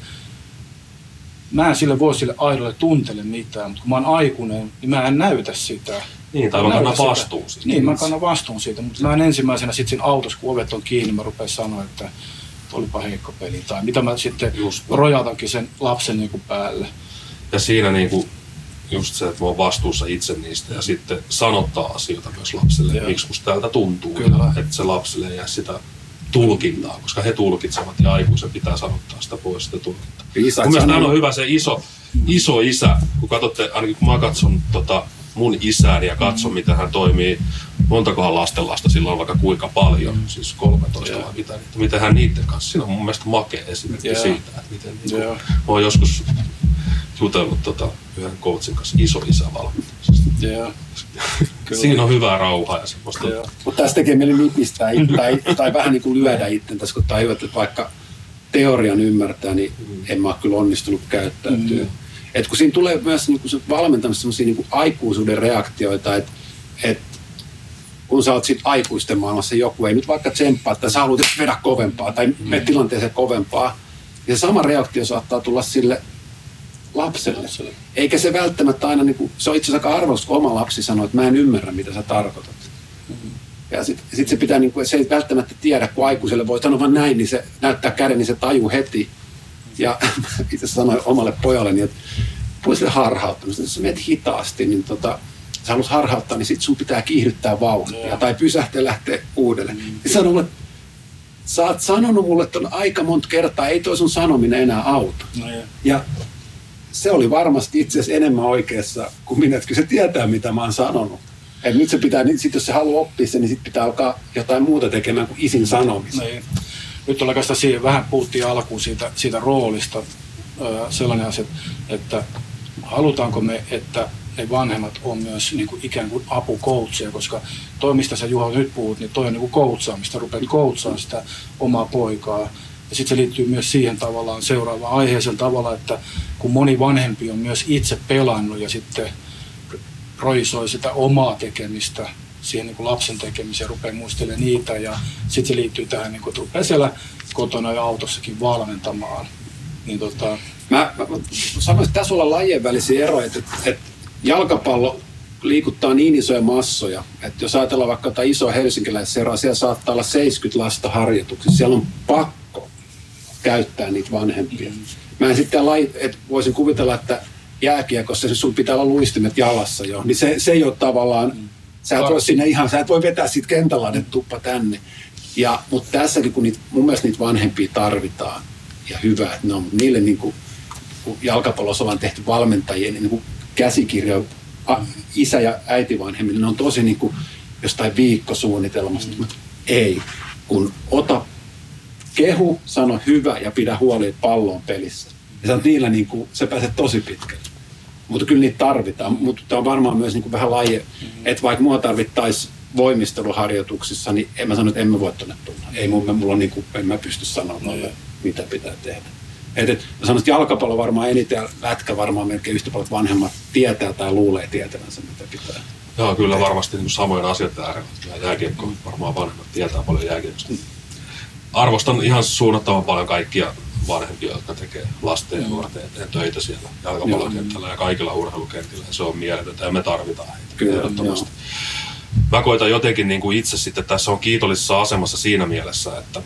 mä en voi sille aidolle tuntele mitään, mutta kun mä oon aikuinen, niin mä en näytä sitä. Niin, tai mä kannan vastuun siitä. Niin, mä kannan vastuun siitä, mutta mä en ensimmäisenä sitten siinä autossa, kun ovet on kiinni, mä rupean sanoa, että olipa heikko peli, tai mitä mä sitten rojautankin sen lapsen niin kuin päälle. Ja siinä niin kuin just se, että mä oon vastuussa itse niistä ja sitten sanottaa asioita myös lapselle, miksi musta tältä tuntuu, ja että se lapselle ei jää sitä tulkintaa, koska he tulkitsevat ja aikuisen pitää sanottaa sitä pois sitä tulkintaa. Mun mielestä on hyvä se iso isä, kun katsotte, ainakin kun mä katson mun isääni ja katson, miten hän toimii, montakohan lastenlasta sillä on vaikka kuinka paljon, siis 13 vai miten hän niiden kanssa, siinä on mun mielestä makea esimerkki siitä, että miten mä oon joskus jutellut yhden coachin kanssa isoisävalmentamisesta. Siinä on hyvää rauhaa ja semmoista. Mutta tässä tekee mieli nipistää tai vähän niin kuin lyödä itten tässä, kun tajuat, että vaikka teorian ymmärtää, niin en mä ole kyllä onnistunut käyttäytyä. Et kun siinä tulee myös niin kun valmentamassa semmoisia niin aikuisuuden reaktioita, että kun sä oot sit aikuisten maailmassa, joku ei nyt vaikka tsemppaa, että sä haluat vedä kovempaa tai mene tilanteeseen kovempaa, ja se sama reaktio saattaa tulla sille lapselle. Eikä se välttämättä aina, niin kuin, se on itse asiassa aika arvosta, kun oma lapsi sanoo, että mä en ymmärrä, mitä sä tarkoitat. Ja sit se pitää, niin kuin, se ei välttämättä tiedä, kun aikuiselle voi sanoa vaan näin, niin se näyttää käden, niin se tajuu heti. Ja itse sanoin omalle pojalleni, että poisille harhauttamista, jos sä menet hitaasti, niin sä haluat harhauttaa, niin sit sun pitää kiihdyttää vauhtia tai pysähtyä ja lähteä uudelleen. Ja sanoi mulle, sä oot sanonut mulle ton aika monta kertaa, ei toi sun sanominen enää auta. Ja se oli varmasti itse asiassa enemmän oikeassa kuin minä, että kyllä se tietää, mitä mä oon sanonut. Et nyt se pitää, sit jos se haluaa oppia sen, niin sit pitää alkaa jotain muuta tekemään kuin isin sanomista. Niin. Nyt oikeastaan siihen vähän puhuttiin alkuun siitä roolista sellainen asia, että halutaanko me, että ne vanhemmat on myös niin kuin ikään kuin apukoutseja, koska toi, mistä sä Juha nyt puhut, niin toi on niin kuin koutsaamista, rupeat koutsaamaan sitä omaa poikaa. Ja sitten se liittyy myös siihen tavallaan seuraavaan aiheeseen tavalla, että kun moni vanhempi on myös itse pelannut ja sitten projisoi sitä omaa tekemistä siihen niin kuin lapsen tekemiseen ja rupeaa muistelemaan niitä ja sitten se liittyy tähän, niin kuin, että rupeaa siellä kotona ja autossakin valmentamaan. Niin Mä sanoisin, että tässä olla lajien välisiä eroja, että jalkapallo liikuttaa niin isoja massoja, että jos ajatellaan vaikka jotain isoa helsinkiläisseraa, siellä saattaa olla 70 lasta harjoituksissa, siellä on pakko käyttää niitä vanhempia. Mä en sitten että voisin kuvitella, että jääkiekossa sun pitää olla luistimet jalassa jo, niin se ei ole tavallaan, sä et voi sinne ihan, sä et voi vetää siitä kentällä tuppa tänne. Mutta tässäkin, kun mun mielestä niitä vanhempia tarvitaan ja hyvä, että ne on niille niin kuin, kun jalkapallossa ollaan tehty valmentajien niin kuin käsikirjoja isä- ja äitivanhemmille, ne on tosi niin kuin jostain viikkosuunnitelmasta. Ei, kun ota kehu, sano hyvä ja pidä huoli, että pallo on pelissä. Ja sä niillä niin kuin, sä pääset tosi pitkälle. Mutta kyllä niitä tarvitaan, mutta tämä on varmaan myös niin kuin vähän laji, että vaikka mua tarvittaisiin voimisteluharjoituksissa, niin en mä sano, että en mä voi tuonne tulla. Ei mulla on niin kuin, en mä pysty sanomaan, mitä pitää tehdä. Mä sanon, että jalkapallo varmaan eniten ja lätkä varmaan melkein yhtä paljon vanhemmat tietää tai luulee tietävänsä, mitä pitää. Joo, kyllä varmasti niin samojen asioiden äärellä. Jääkiekko varmaan vanhemmat tietää paljon jääkiekosta. Arvostan ihan suunnattoman paljon kaikkia vanhempia, jotka tekee lasten ja nuorten eteen töitä siellä jalkapallokentällä ja kaikilla urheilukentillä. Ja se on mieletöntä ja me tarvitaan heitä ehdottomasti. Mä koitan jotenkin niin kuin itse sitten, tässä on kiitollisessa asemassa siinä mielessä, että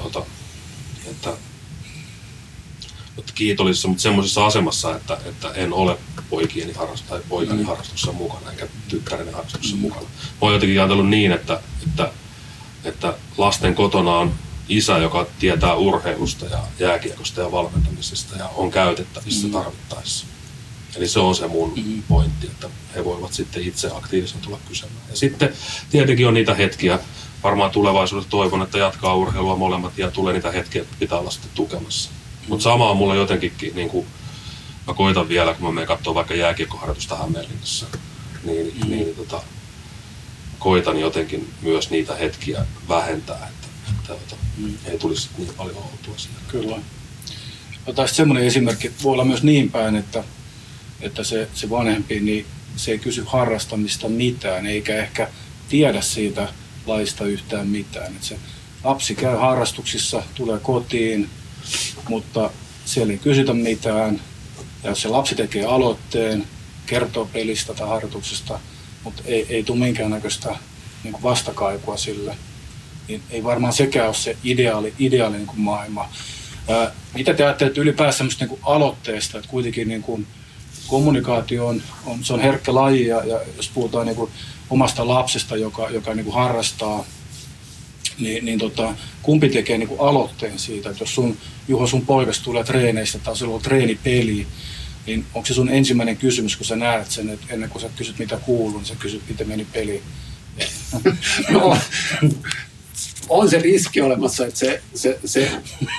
kiitollisessa, mutta semmoisessa asemassa, että en ole poikani harrastuksessa mukana eikä tyttäreni harrastuksessa mukana. Mä oon jotenkin ajatellut niin, että lasten kotona on isä, joka tietää urheilusta ja jääkiekosta ja valmentamisesta ja on käytettävissä tarvittaessa. Eli se on se mun pointti, että he voivat sitten itse aktiivisesti tulla kysymään. Ja sitten tietenkin on niitä hetkiä, varmaan tulevaisuudessa toivon, että jatkaa urheilua molemmat ja tulee niitä hetkiä, että pitää olla sitten tukemassa. Mutta sama on mulla jotenkin, niin kuin mä koitan vielä, kun mä menen katsomaan vaikka jääkiekkoharjoitusta Hämeenlinnassa, niin koitan jotenkin myös niitä hetkiä vähentää, että ei tulisi niin paljon oltua siellä. Kyllä. Otais semmoinen esimerkki, voi olla myös niin päin, että se vanhempi, niin se ei kysy harrastamista mitään, eikä ehkä tiedä siitä laista yhtään mitään. Että se lapsi käy harrastuksissa, tulee kotiin, mutta siellä ei kysytä mitään. Ja jos se lapsi tekee aloitteen, kertoo pelistä tai harjoituksesta, mutta ei tule minkäännäköistä niin kuin vastakaikua sille, niin ei varmaan sekään ole se ideaali niin kuin maailma. Mitä te ajattelette ylipäänsä semmoista niin kuin aloitteesta, että kuitenkin niin kuin kommunikaatio se on herkkä laji ja jos puhutaan niin kuin omasta lapsesta, joka niin kuin harrastaa, niin kumpi tekee niin kuin aloitteen siitä, että jos Juho sun poikas tulee treeneistä tai sulla on treenipeli, niin onko se sun ensimmäinen kysymys, kun sä näet sen, että ennen kuin sä kysyt mitä kuuluu, niin sä kysyt miten meni peli? No, on se riski olemassa, että se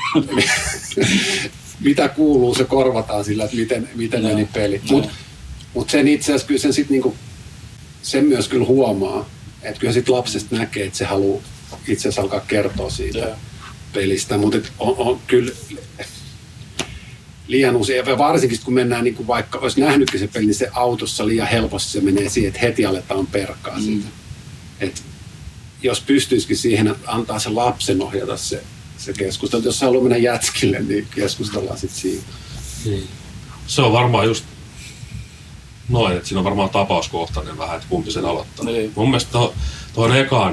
mitä kuuluu, se korvataan sillä, että miten meni peli. Mutta sen itse asiassa kyllä sen myös kyllä huomaa, että kyllä sit lapsesta näkee, että se haluaa itse asiassa alkaa kertoa siitä pelistä, mutta on kyllä liian usein, ja varsinkin kun mennään, niin kuin vaikka olisi nähnytkin se peli, niin se autossa liian helposti se menee siihen, että heti aletaan perkaa siitä. Et jos pystyisikin siihen, että antaa se lapsen ohjata se keskustelu. Jos haluaa mennä jätskille, niin keskustellaan sitten siitä. Se on varmaan just noin, että siinä on varmaan tapauskohtainen vähän, että kumpi sen aloittaa. Mun mielestä tuohon ekaan,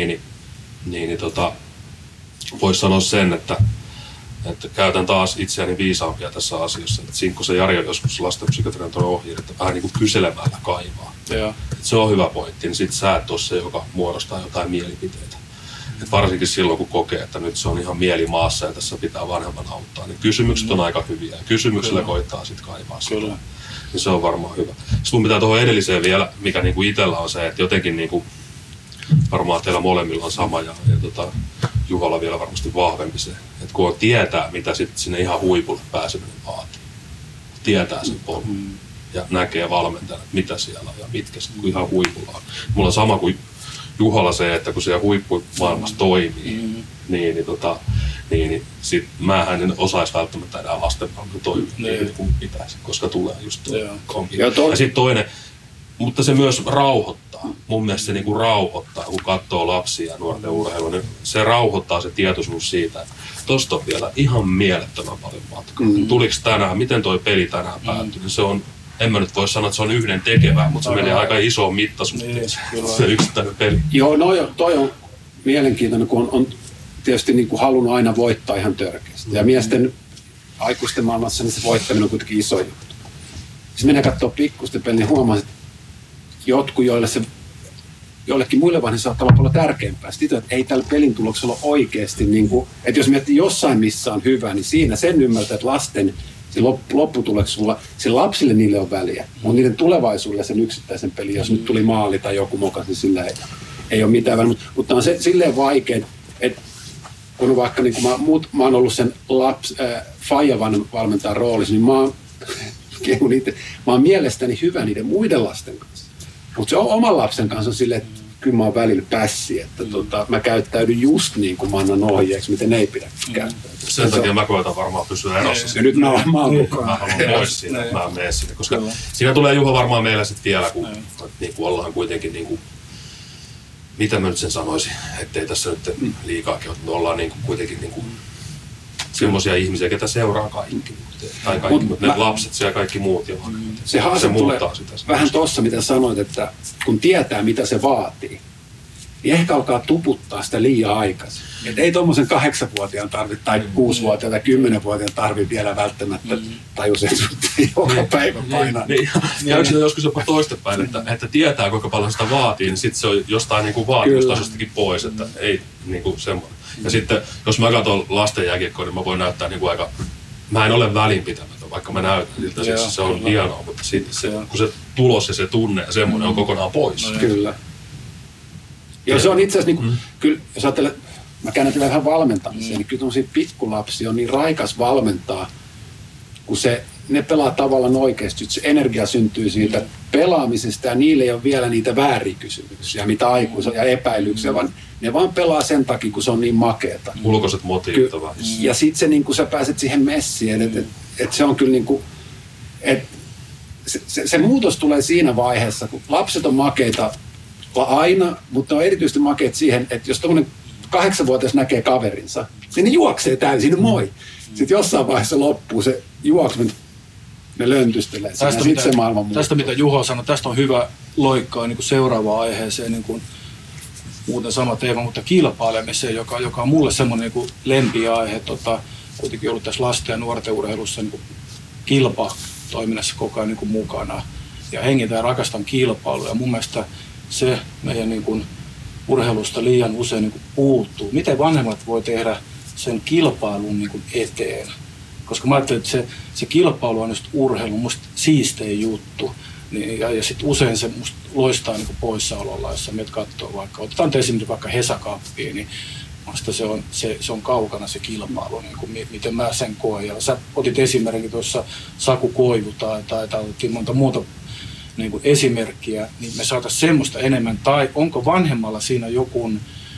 voisi sanoa sen, että käytän taas itseäni viisaampia tässä asiassa. Että Sinkkosen Jari on joskus lastenpsykiatrian ohjeet, että vähän niin kuin kyselemällä kaivaa. Se on hyvä pointti, niin sitten sä et ole se, joka muodostaa jotain mielipiteitä. Et varsinkin silloin, kun kokee, että nyt se on ihan mieli maassa ja tässä pitää vanhemman auttaa, niin kysymykset on aika hyviä. Ja kysymyksellä koittaa sitten kaivaa sitä. niin se on varmaan hyvä. Sitten mun pitää tuohon edelliseen vielä, mikä niinku itsellä on se, että jotenkin niinku, varmaan teillä molemmilla on sama ja Juholla vielä varmasti vahvempi se, että kun tietää, mitä sitten sinne ihan huipulle pääseminen vaatii. Tietää sen polun ja näkee valmentajana, mitä siellä on ja mitkä se ihan huipulla on. Mulla on sama kuin Juholla se, että kun siellä huippumaailmassa toimii, niin sit mähän en osaisi välttämättä enää lastenpalvelun toimia niin kuin pitäisi, koska tulee just tuo kompi. Ja sitten toinen, mutta se myös rauhoittaa. Mun mielestä se niinku rauhoittaa, kun katsoo lapsia ja nuorten urheilua, niin se rauhoittaa se tietoisuus siitä, että tosta on vielä ihan mielettömän paljon matkaa. Tuliko tänään, miten toi peli tänään päättyi, niin se on, en mä nyt voi sanoa, että se on yhden tekevää, mutta se menee aika isoon mittasuhteen, se yksittäinen peli. Joo, toi on mielenkiintoinen, kun on tietysti niin kuin halunnut aina voittaa ihan törkeästi. Ja miesten aikuisten maailmassa niin se voittaminen on kuitenkin iso juttu. Sitten menee katsoa pikkuisten peliä, niin huomaa, että jotkut, joillekin muille vaan saattaa olla paljon tärkeämpää. Sitten, että ei tällä pelin tuloksella ole oikeasti, niin kuin, että jos miettii jossain missä on hyvä, niin siinä sen ymmärtää, että lasten lopputuloksella, se lapsille niille on väliä. Mutta niiden tulevaisuudelle sen yksittäisen pelin, jos nyt tuli maali tai joku mokas, niin sillä ei ole mitään väliä. Mutta on se silleen vaikea, että kun vaikka niin kun mä oon ollut sen faijavalmentajan roolissa, niin mä oon mielestäni hyvä niiden muiden lasten kanssa. Mutta se oman lapsen kanssa on silleen, että kyllä mä oon välillä pässi, että mä käyttäydyn just niin kuin mä annan ohjeeksi, miten ei pidä käyttäytyä. Sen takia mä koitan varmaan pysyä erossa. Ja nyt mä oon koko ajan. Mä haluan pois siitä, että mä en mene sinne, koska siinä tulee Juho varmaan meillä sitten vielä, kun niin kuin ollaan kuitenkin niin kuin, mitä mä nyt sen sanoisin, ettei tässä nyt liikaakin ole, ollaan niin kuin kuitenkin niin kuin semmoisia ihmisiä, ketä seuraa kaikki. Tai kaikki, mutta ne lapset ja kaikki muut. Se haaste muuttaa sitä. Vähän tuossa, mitä sanoit, että kun tietää, mitä se vaatii, niin ehkä alkaa tuputtaa sitä liian aikaisin. Että ei tuommoisen 8-vuotiaan tarvitse, tai 6-vuotiaan tai 10-vuotiaan tarvitse vielä välttämättä tajusi, että joka päivä painaa. Ja yksin joskus jopa toistepäin, että tietää, kuinka paljon sitä vaatii, niin sitten se on jostain niin vaatimustasostakin pois, että ei niin kuin semmoinen. Ja sitten, jos mä katson lasten jääkiekkoa, niin mä voin näyttää niin kuin aika... Mä en ole välinpitämätön, vaikka mä näytän siltä, se on hienoa, mutta sitten kun se tulos ja se tunne ja semmoinen on kokonaan pois. Kyllä. Ja se on itse asiassa, niin kyllä, jos ajattelee, mä käännän vähän valmentamiseen, niin kyllä tommosia pikkulapsia on niin raikas valmentaa, kun ne pelaa tavallaan oikeasti. Se energia syntyy siitä pelaamisesta ja niille ei ole vielä niitä vääriä kysymyksiä, mitä aikuisia ja epäilyksiä, vaan ne vaan pelaa sen takia, kun se on niin makeata. Ulkoiset motiivit on vähän. Ja sitten se, niin kun sä pääset siihen messiin, että se on kyllä niin kuin, että se muutos tulee siinä vaiheessa, kun lapset on makeita aina, mutta on erityisesti makeita siihen, että jos tommoinen 8-vuotias näkee kaverinsa, niin ne juoksee täysin, moi. Sitten jossain vaiheessa loppuu se juokseminen, ne löntystelee. Tästä mitä Juho sanoi, tästä on hyvä loikkaa niin kuin seuraavaan aiheeseen, niin kuin muuten sama teema, mutta kilpailemiseen, joka on mulle semmoinen niin lempiaihe, kuitenkin ollut tässä lasten ja nuorten urheilussa niin kilpatoiminnassa koko ajan niin mukana. Ja hengitän ja rakastan kilpailua, ja mun mielestä se meidän niin kuin urheilusta liian usein niin kuin puuttuu. Miten vanhemmat voi tehdä sen kilpailun niin kuin eteen? Koska mä ajattelen, että se kilpailu on just urheilun musta siistein juttu. Niin, ja sitten usein se musta loistaa niin kuin poissaololla, jos sä menet katsoo vaikka, otetaan esimerkiksi vaikka Hesa-kappia, niin musta se on kaukana se kilpailu, niin kuin miten mä sen koen. Ja sä otit esimerkiksi tuossa Saku Koivu tai otettiin monta muuta niin kuin esimerkkiä, niin me saataisiin semmoista enemmän. Tai onko vanhemmalla siinä joku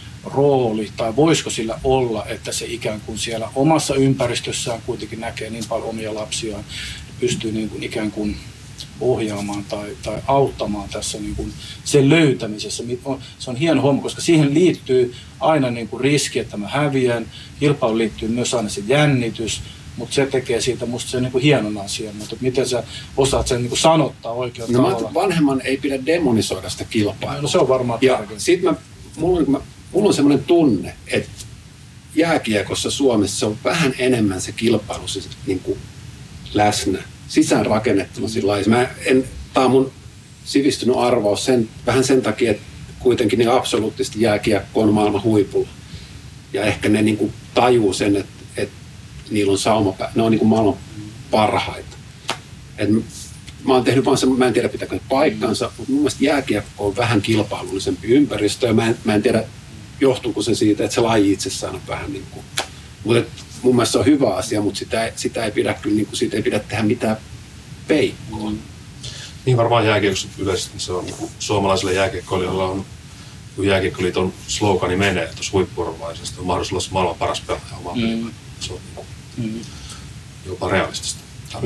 rooli, tai voisiko sillä olla, että se ikään kuin siellä omassa ympäristössään kuitenkin näkee niin paljon omia lapsiaan, pystyy niin kuin ikään kuin ohjaamaan tai auttamaan tässä niin kuin sen löytämisessä. Se on hieno homma, koska siihen liittyy aina niin kuin riski, että mä häviän. Kilpailuun liittyy myös aina se jännitys, mutta se tekee siitä musta sen niin kuin hienon asian. Mutta miten sä osaat sen niin kuin sanottaa oikealla tavalla? Vanhemman ei pidä demonisoida sitä kilpailua. No se on varmaan tärkeää. Ja sit mulla on semmoinen tunne, että jääkiekossa Suomessa on vähän enemmän se kilpailu siis niin kuin läsnä. Sisään rakennettuna sillä lailla. Tämä on mun sivistynyt arvaus vähän sen takia, että kuitenkin niin absoluuttisesti jääkiekko on maailman huipulla. Ja ehkä ne niin kuin tajuu sen, että niillä on ne on niin kuin maailman parhaita. mä oon tehnyt vaan sen, mä en tiedä pitääkö paikkansa, mutta mun mielestä jääkiekko on vähän kilpailullisempi ympäristö, ja mä en tiedä johtuuko se siitä, että se laji itsessään on vähän niin kuin, mutta mun mielestä se on hyvä asia, mutta sitä ei pidä kyllä, niin kuin, siitä ei pidä tehdä mitään peikkoa. Niin varmaan jääkiekossa yleisesti se on suomalaisille jääkiekkoilijoilla on, kun jääkiekkoliiton slogani menee tuossa huippu-urheilullisesti, on mahdollisuus olla maailman paras pelaaja omaa pelaa. Se on jopa realistista.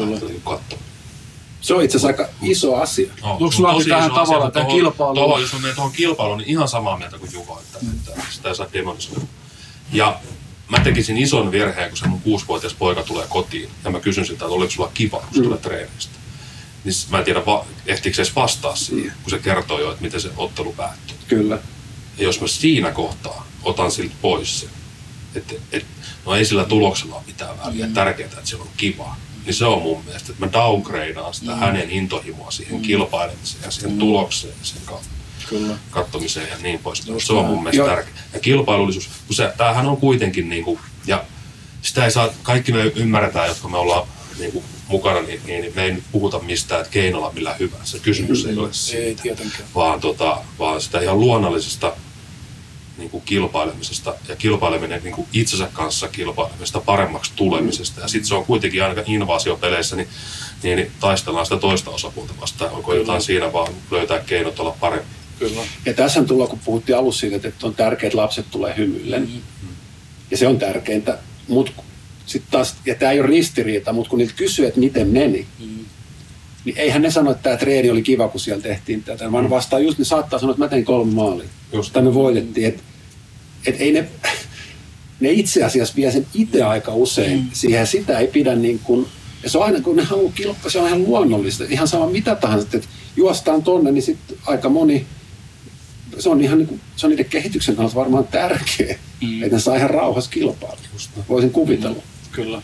Se on itse asiassa aika iso asia. Onko sulla tähän tavallaan tämän kilpailuun? Jos on meidän tuohon kilpailuun, niin ihan samaa mieltä kuin Juho, että sitä ei saa demonisoida. Ja mä tekisin ison virheen, kun se mun 6-vuotias poika tulee kotiin, ja mä kysyn siltä, että oliko sulla kiva, kun sä tulee treenistä. Niin mä en tiedä, ehtiikö se edes vastaa siihen, kun se kertoo jo, että miten se ottelu päättyy. Kyllä. Ja jos mä siinä kohtaa otan siltä pois sen, että no ei sillä tuloksella ole mitään väliä, tärkeää, että se on kiva. Niin se on mun mielestä, että mä downgradeaan sitä hänen intohimoa siihen kilpailemiseen ja siihen tulokseen ja sen kattomiseen ja niin pois. Se on mun mielestä tärkeää. Ja kilpailullisuus, kun tämähän on kuitenkin, niin kuin, ja sitä ei saa, kaikki me ymmärretään, jotka me ollaan niin kuin, mukana, niin me ei nyt puhuta mistään, että keinolla millä hyvänsä. Kysymys ei ole siitä, vaan sitä ihan luonnollisesta niin kuin kilpailemisesta ja kilpaileminen niin kuin itsensä kanssa kilpailemisesta paremmaksi tulemisesta. Ja sitten se on kuitenkin aina invaasiopeleissä, niin taistellaan sitä toista osapuolta vastaan. Onko jotain siinä, vaan löytää keinot olla parempi. Kyllä. Ja tässä tullaan, kun puhuttiin alussa siitä, että on tärkeää, että lapset tulee hymyillen. Ja se on tärkeintä. Sitten taas, ja tämä ei ole ristiriita, mutta kun niiltä kysyy, että miten meni, niin eihän ne sano, että tämä treeni oli kiva, kun siellä tehtiin tätä, vaan vastaan just ne saattaa sanoa, että mä tein 3 maalia. Tai me voitettiin. Että ei ne itse asiassa vie sen itse aika usein siihen, sitä ei pidä niin kuin, ja se on aina, kun ne haluaa kilpaa, se on ihan luonnollista. Ihan sama mitä tahansa, että juostaan tonne, niin sitten aika moni, se on ihan niin kuin, se on niiden kehityksen kannalta varmaan tärkeä, että ne saa ihan rauhassa kilpailla. Voisin kuvitella. Kyllä.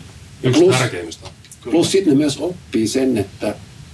Plus sitten ne myös oppii sen, että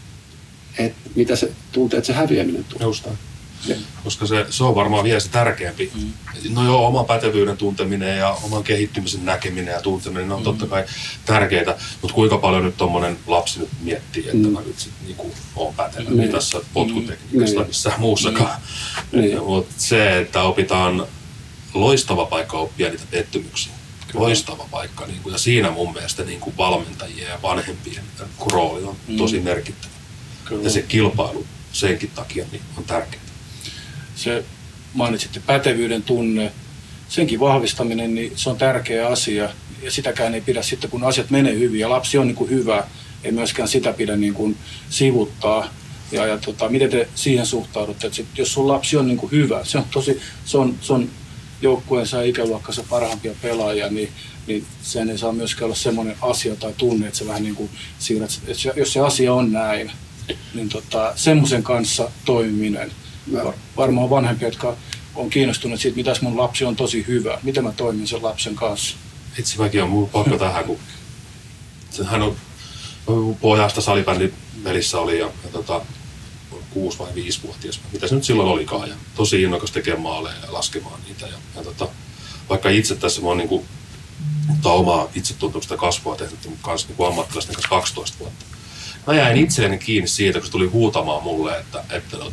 mitä se tuntee, että se häviäminen tulee. Koska se on varmaan vielä se tärkeämpi. No joo, oman pätevyyden tunteminen ja oman kehittymisen näkeminen ja tunteminen on totta kai tärkeää, mutta kuinka paljon nyt tommonen lapsi nyt miettii, että mä nyt sit niinku oon pätevä, niin tässä potkutekniikasta missään muussakaan. Mutta se, että opitaan loistava paikka oppia niitä pettymyksiä. Loistava paikka, niin kuin, ja siinä mun mielestä niin kuin valmentajien ja vanhempien rooli on tosi merkittävä. Kyllä. Ja se kilpailu senkin takia niin on tärkeää. Se mainitsitte pätevyyden tunne, senkin vahvistaminen, niin se on tärkeä asia. Ja sitäkään ei pidä sitten, kun asiat menee hyvin ja lapsi on niin kuin hyvä, ei myöskään sitä pidä niin kuin sivuttaa. Miten te siihen suhtaudutte, että jos sun lapsi on niin kuin hyvä, se on joukkueensa ja ikäluokkansa parhaimpia pelaajia, niin sen ei saa myöskään olla semmoinen asia tai tunne, että se vähän niin kuin siirrät, että jos se asia on näin, niin semmoisen kanssa toimiminen. Varmaan vanhempia, jotka on kiinnostuneet siitä, mitäs mun lapsi on tosi hyvä, miten mä toimin sen lapsen kanssa. Itse mäkin on mun pakko tähän, kun hän on pojasta salibändin pelissä oli ja 6 vai 5-vuotias, mitä se nyt silloin olikaan, ja tosi innokas tekemään maaleja ja laskemaan niitä. Vaikka itse tässä mä oon niin omaa itsetuntemusta kasvua tehnyt mun kanssa niin ammattilaisten kanssa 12 vuotta. Mä jäin itselleni kiinni siitä, kun se tuli huutamaan mulle, että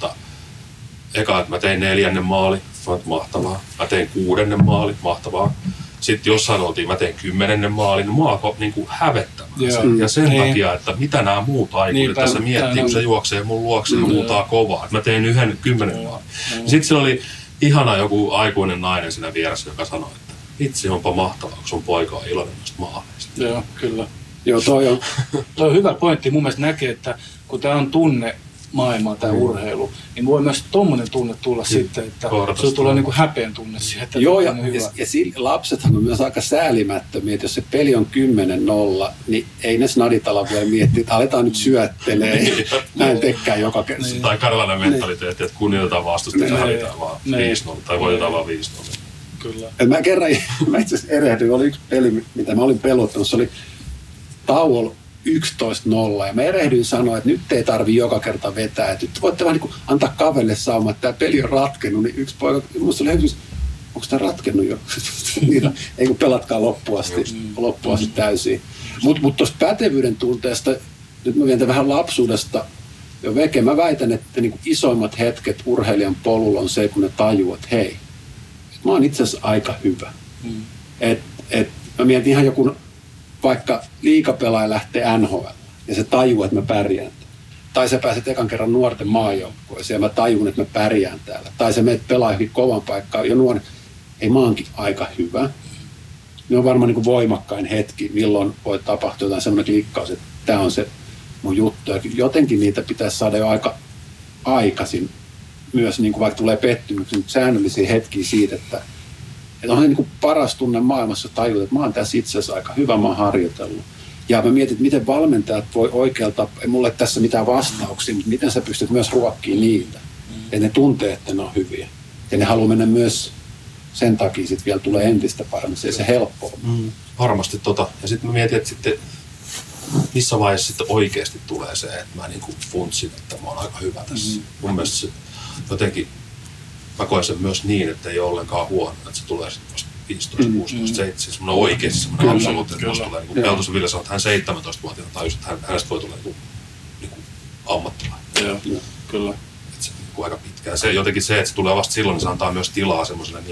eka, että mä tein 4. maali, mahtavaa. Mä tein 6. maali, mahtavaa. Sitten jossain oltiin, mä tein 10. maalin, niin mua alkoi niin hävettämään. Ja sen takia, että mitä nämä muut aikuiset tässä miettii, kun se juoksee mun luokse ja huutaa kovaa. Että mä tein 1 10 maalin. Sitten siellä oli ihana joku aikuinen nainen siinä vieressä, joka sanoi, että itse onpa mahtavaa, kun sun poika on iloinen noista maaleista. Joo, kyllä. Joo, toi on hyvä pointti. Mun mielestä näkee, että kun tää on tunne maailmaa, tämä urheilu, niin voi myös tommonen tunne tulla sitten, että se tulee niinku häpeän tunne siihen, että joo, ja lapsethan on myös aika säälimättömiä, että jos se peli on 10-0, niin ei ne snaditala vielä miettiä, että aletaan nyt syöttelee, näin tekään joka kerta. Tai karvalainen mentaliteetti, että kunnioitetaan vastustajia, hävitään vaan 5-0, tai voitetaan vaan 5-0. Kyllä. Mä itse asiassa erehdyin, oli yksi peli, mitä mä olin pelottanut, se oli tauolla 11-0, ja mä erehdyin sanoa, että nyt ei tarvii joka kerta vetää, että nyt voitte vähän niin kuin antaa kaverille saumaa, että tämä peli on ratkennut, niin yksi poika, musta oli hyvin, onko tämä ratkennut jo? Ei kun pelatkaa loppuun asti täysin. Mutta tuosta pätevyyden tunteesta, nyt mä vien vähän lapsuudesta, Ja Veke, mä väitän, että niin kuin isoimmat hetket urheilijan polulla on se, kun ne tajuu, että hei, mä oon itse asiassa aika hyvä. Mä mietin ihan joku, vaikka liigapelaaja lähtee NHL ja se tajuu, että mä pärjään. Tai sä pääset ekan kerran nuorten maajoukkueeseen ja mä tajun, että mä pärjään täällä. Tai sä menet pelaa johonkin kovan paikkaan ja nuori, ei mä oonkin aika hyvä. Ne on varmaan niin kuin voimakkain hetki, milloin voi tapahtua jotain semmoinen klikkaus, että tää on se mun juttu. Ja jotenkin niitä pitäisi saada jo aika aikaisin myös, niin kuin vaikka tulee pettymyksiä, mutta säännöllisiä hetkiä siitä, että on se niin kuin paras tunne maailmassa tajua, että mä oon tässä itse asiassa aika hyvä, mä oon harjoitellut. Ja mä mietin, että miten valmentajat voi oikealta, ei mulle tässä mitään vastauksia, mutta miten sä pystyt myös ruokkimaan niitä. Että ne tuntee, että ne on hyviä. Ja ne haluaa mennä myös sen takia, sitten vielä tulee entistä paremmin, se helppoa. Varmasti ja sitten mä mietin, että sitten missä vaiheessa sitten oikeasti tulee se, että mä niin kuin funtsin, että mä oon aika hyvä tässä. Mun mielestä se jotenkin, mä koen sen myös niin, että ei ole ollenkaan huono, että se tulee sitten vasta 15, 16, 17, semmoinen oikeasti semmoinen absoluuttinen, että musta tulee, niin kuin Peltosen Ville sanoi, että hän 17-vuotiaana tajusi, että hänestä voi tulla niin kuin ammattilainen. Joo, kyllä. Että se niin kuin aika pitkään. Se jotenkin se, että se tulee vasta silloin, niin se antaa myös tilaa semmoiselle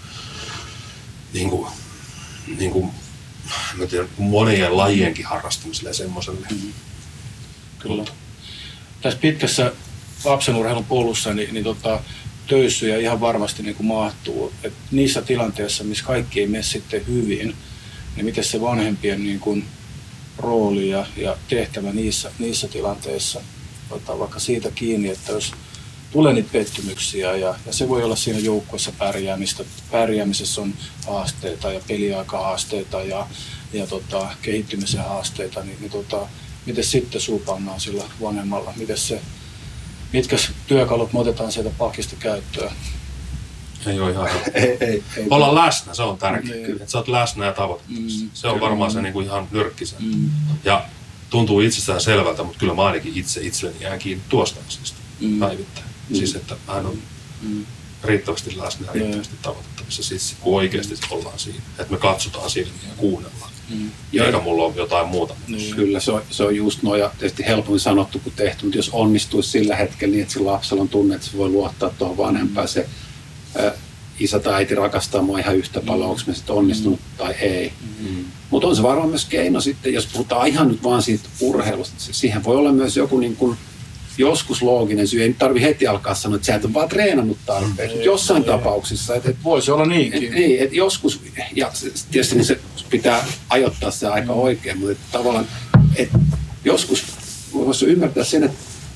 niin kuin mä tiedän, monien lajienkin harrastamiselle ja semmoiselle. Kyllä. Tässä pitkässä lapsenurheilun polussa niin töyssyjä ihan varmasti niin kuin mahtuu. Et niissä tilanteissa, missä kaikki ei mene sitten hyvin, niin miten se vanhempien niin kuin rooli ja tehtävä niissä tilanteissa ottaa vaikka siitä kiinni, että jos tulee niitä pettymyksiä ja se voi olla siinä joukkueessa pärjäämisessä on haasteita ja peliaikahaasteita ja kehittymisen haasteita, niin miten sitten suupannaan sillä vanhemmalla, mitkä työkalut me otetaan sieltä pakista käyttöön? Ei ole ihan ei. Olla läsnä, se on tärkeää, että sä oot läsnä ja tavoitettavissa. Se on varmaan se niinku ihan nyrkkisen. Ja tuntuu itsestään selvältä, mutta kyllä mä ainakin itselleni jään kiinni tuosta asiasta päivittäin. Siis että hän on riittävästi läsnä ja riittävästi tavoitettavissa, siis kun oikeasti ollaan siinä, että me katsotaan silmiä ja kuunnellaan. Eikä mulla ole jotain muuta. Kyllä se on just noin ja tietysti helpommin sanottu kuin tehty, mutta jos onnistuisi sillä hetkellä niin, että sillä lapsella on tunne, että se voi luottaa tuohon vanhempaan, se isä tai äiti rakastaa mua ihan yhtä paljon, onko me sitten onnistunut tai ei. Mutta on se varmaan myös keino sitten, jos puhutaan ihan nyt vaan siitä urheilusta, siihen voi olla myös joku niin kuin joskus looginen syy, ei tarvitse heti alkaa sanoa, että sä et ole vaan treenannut tarpeeksi, mutta jossain tapauksissa. Voisi olla niinkin. Niin, että joskus, ja tietysti niin se pitää ajoittaa se aika oikein, mutta tavallaan, että joskus voisi ymmärtää sen,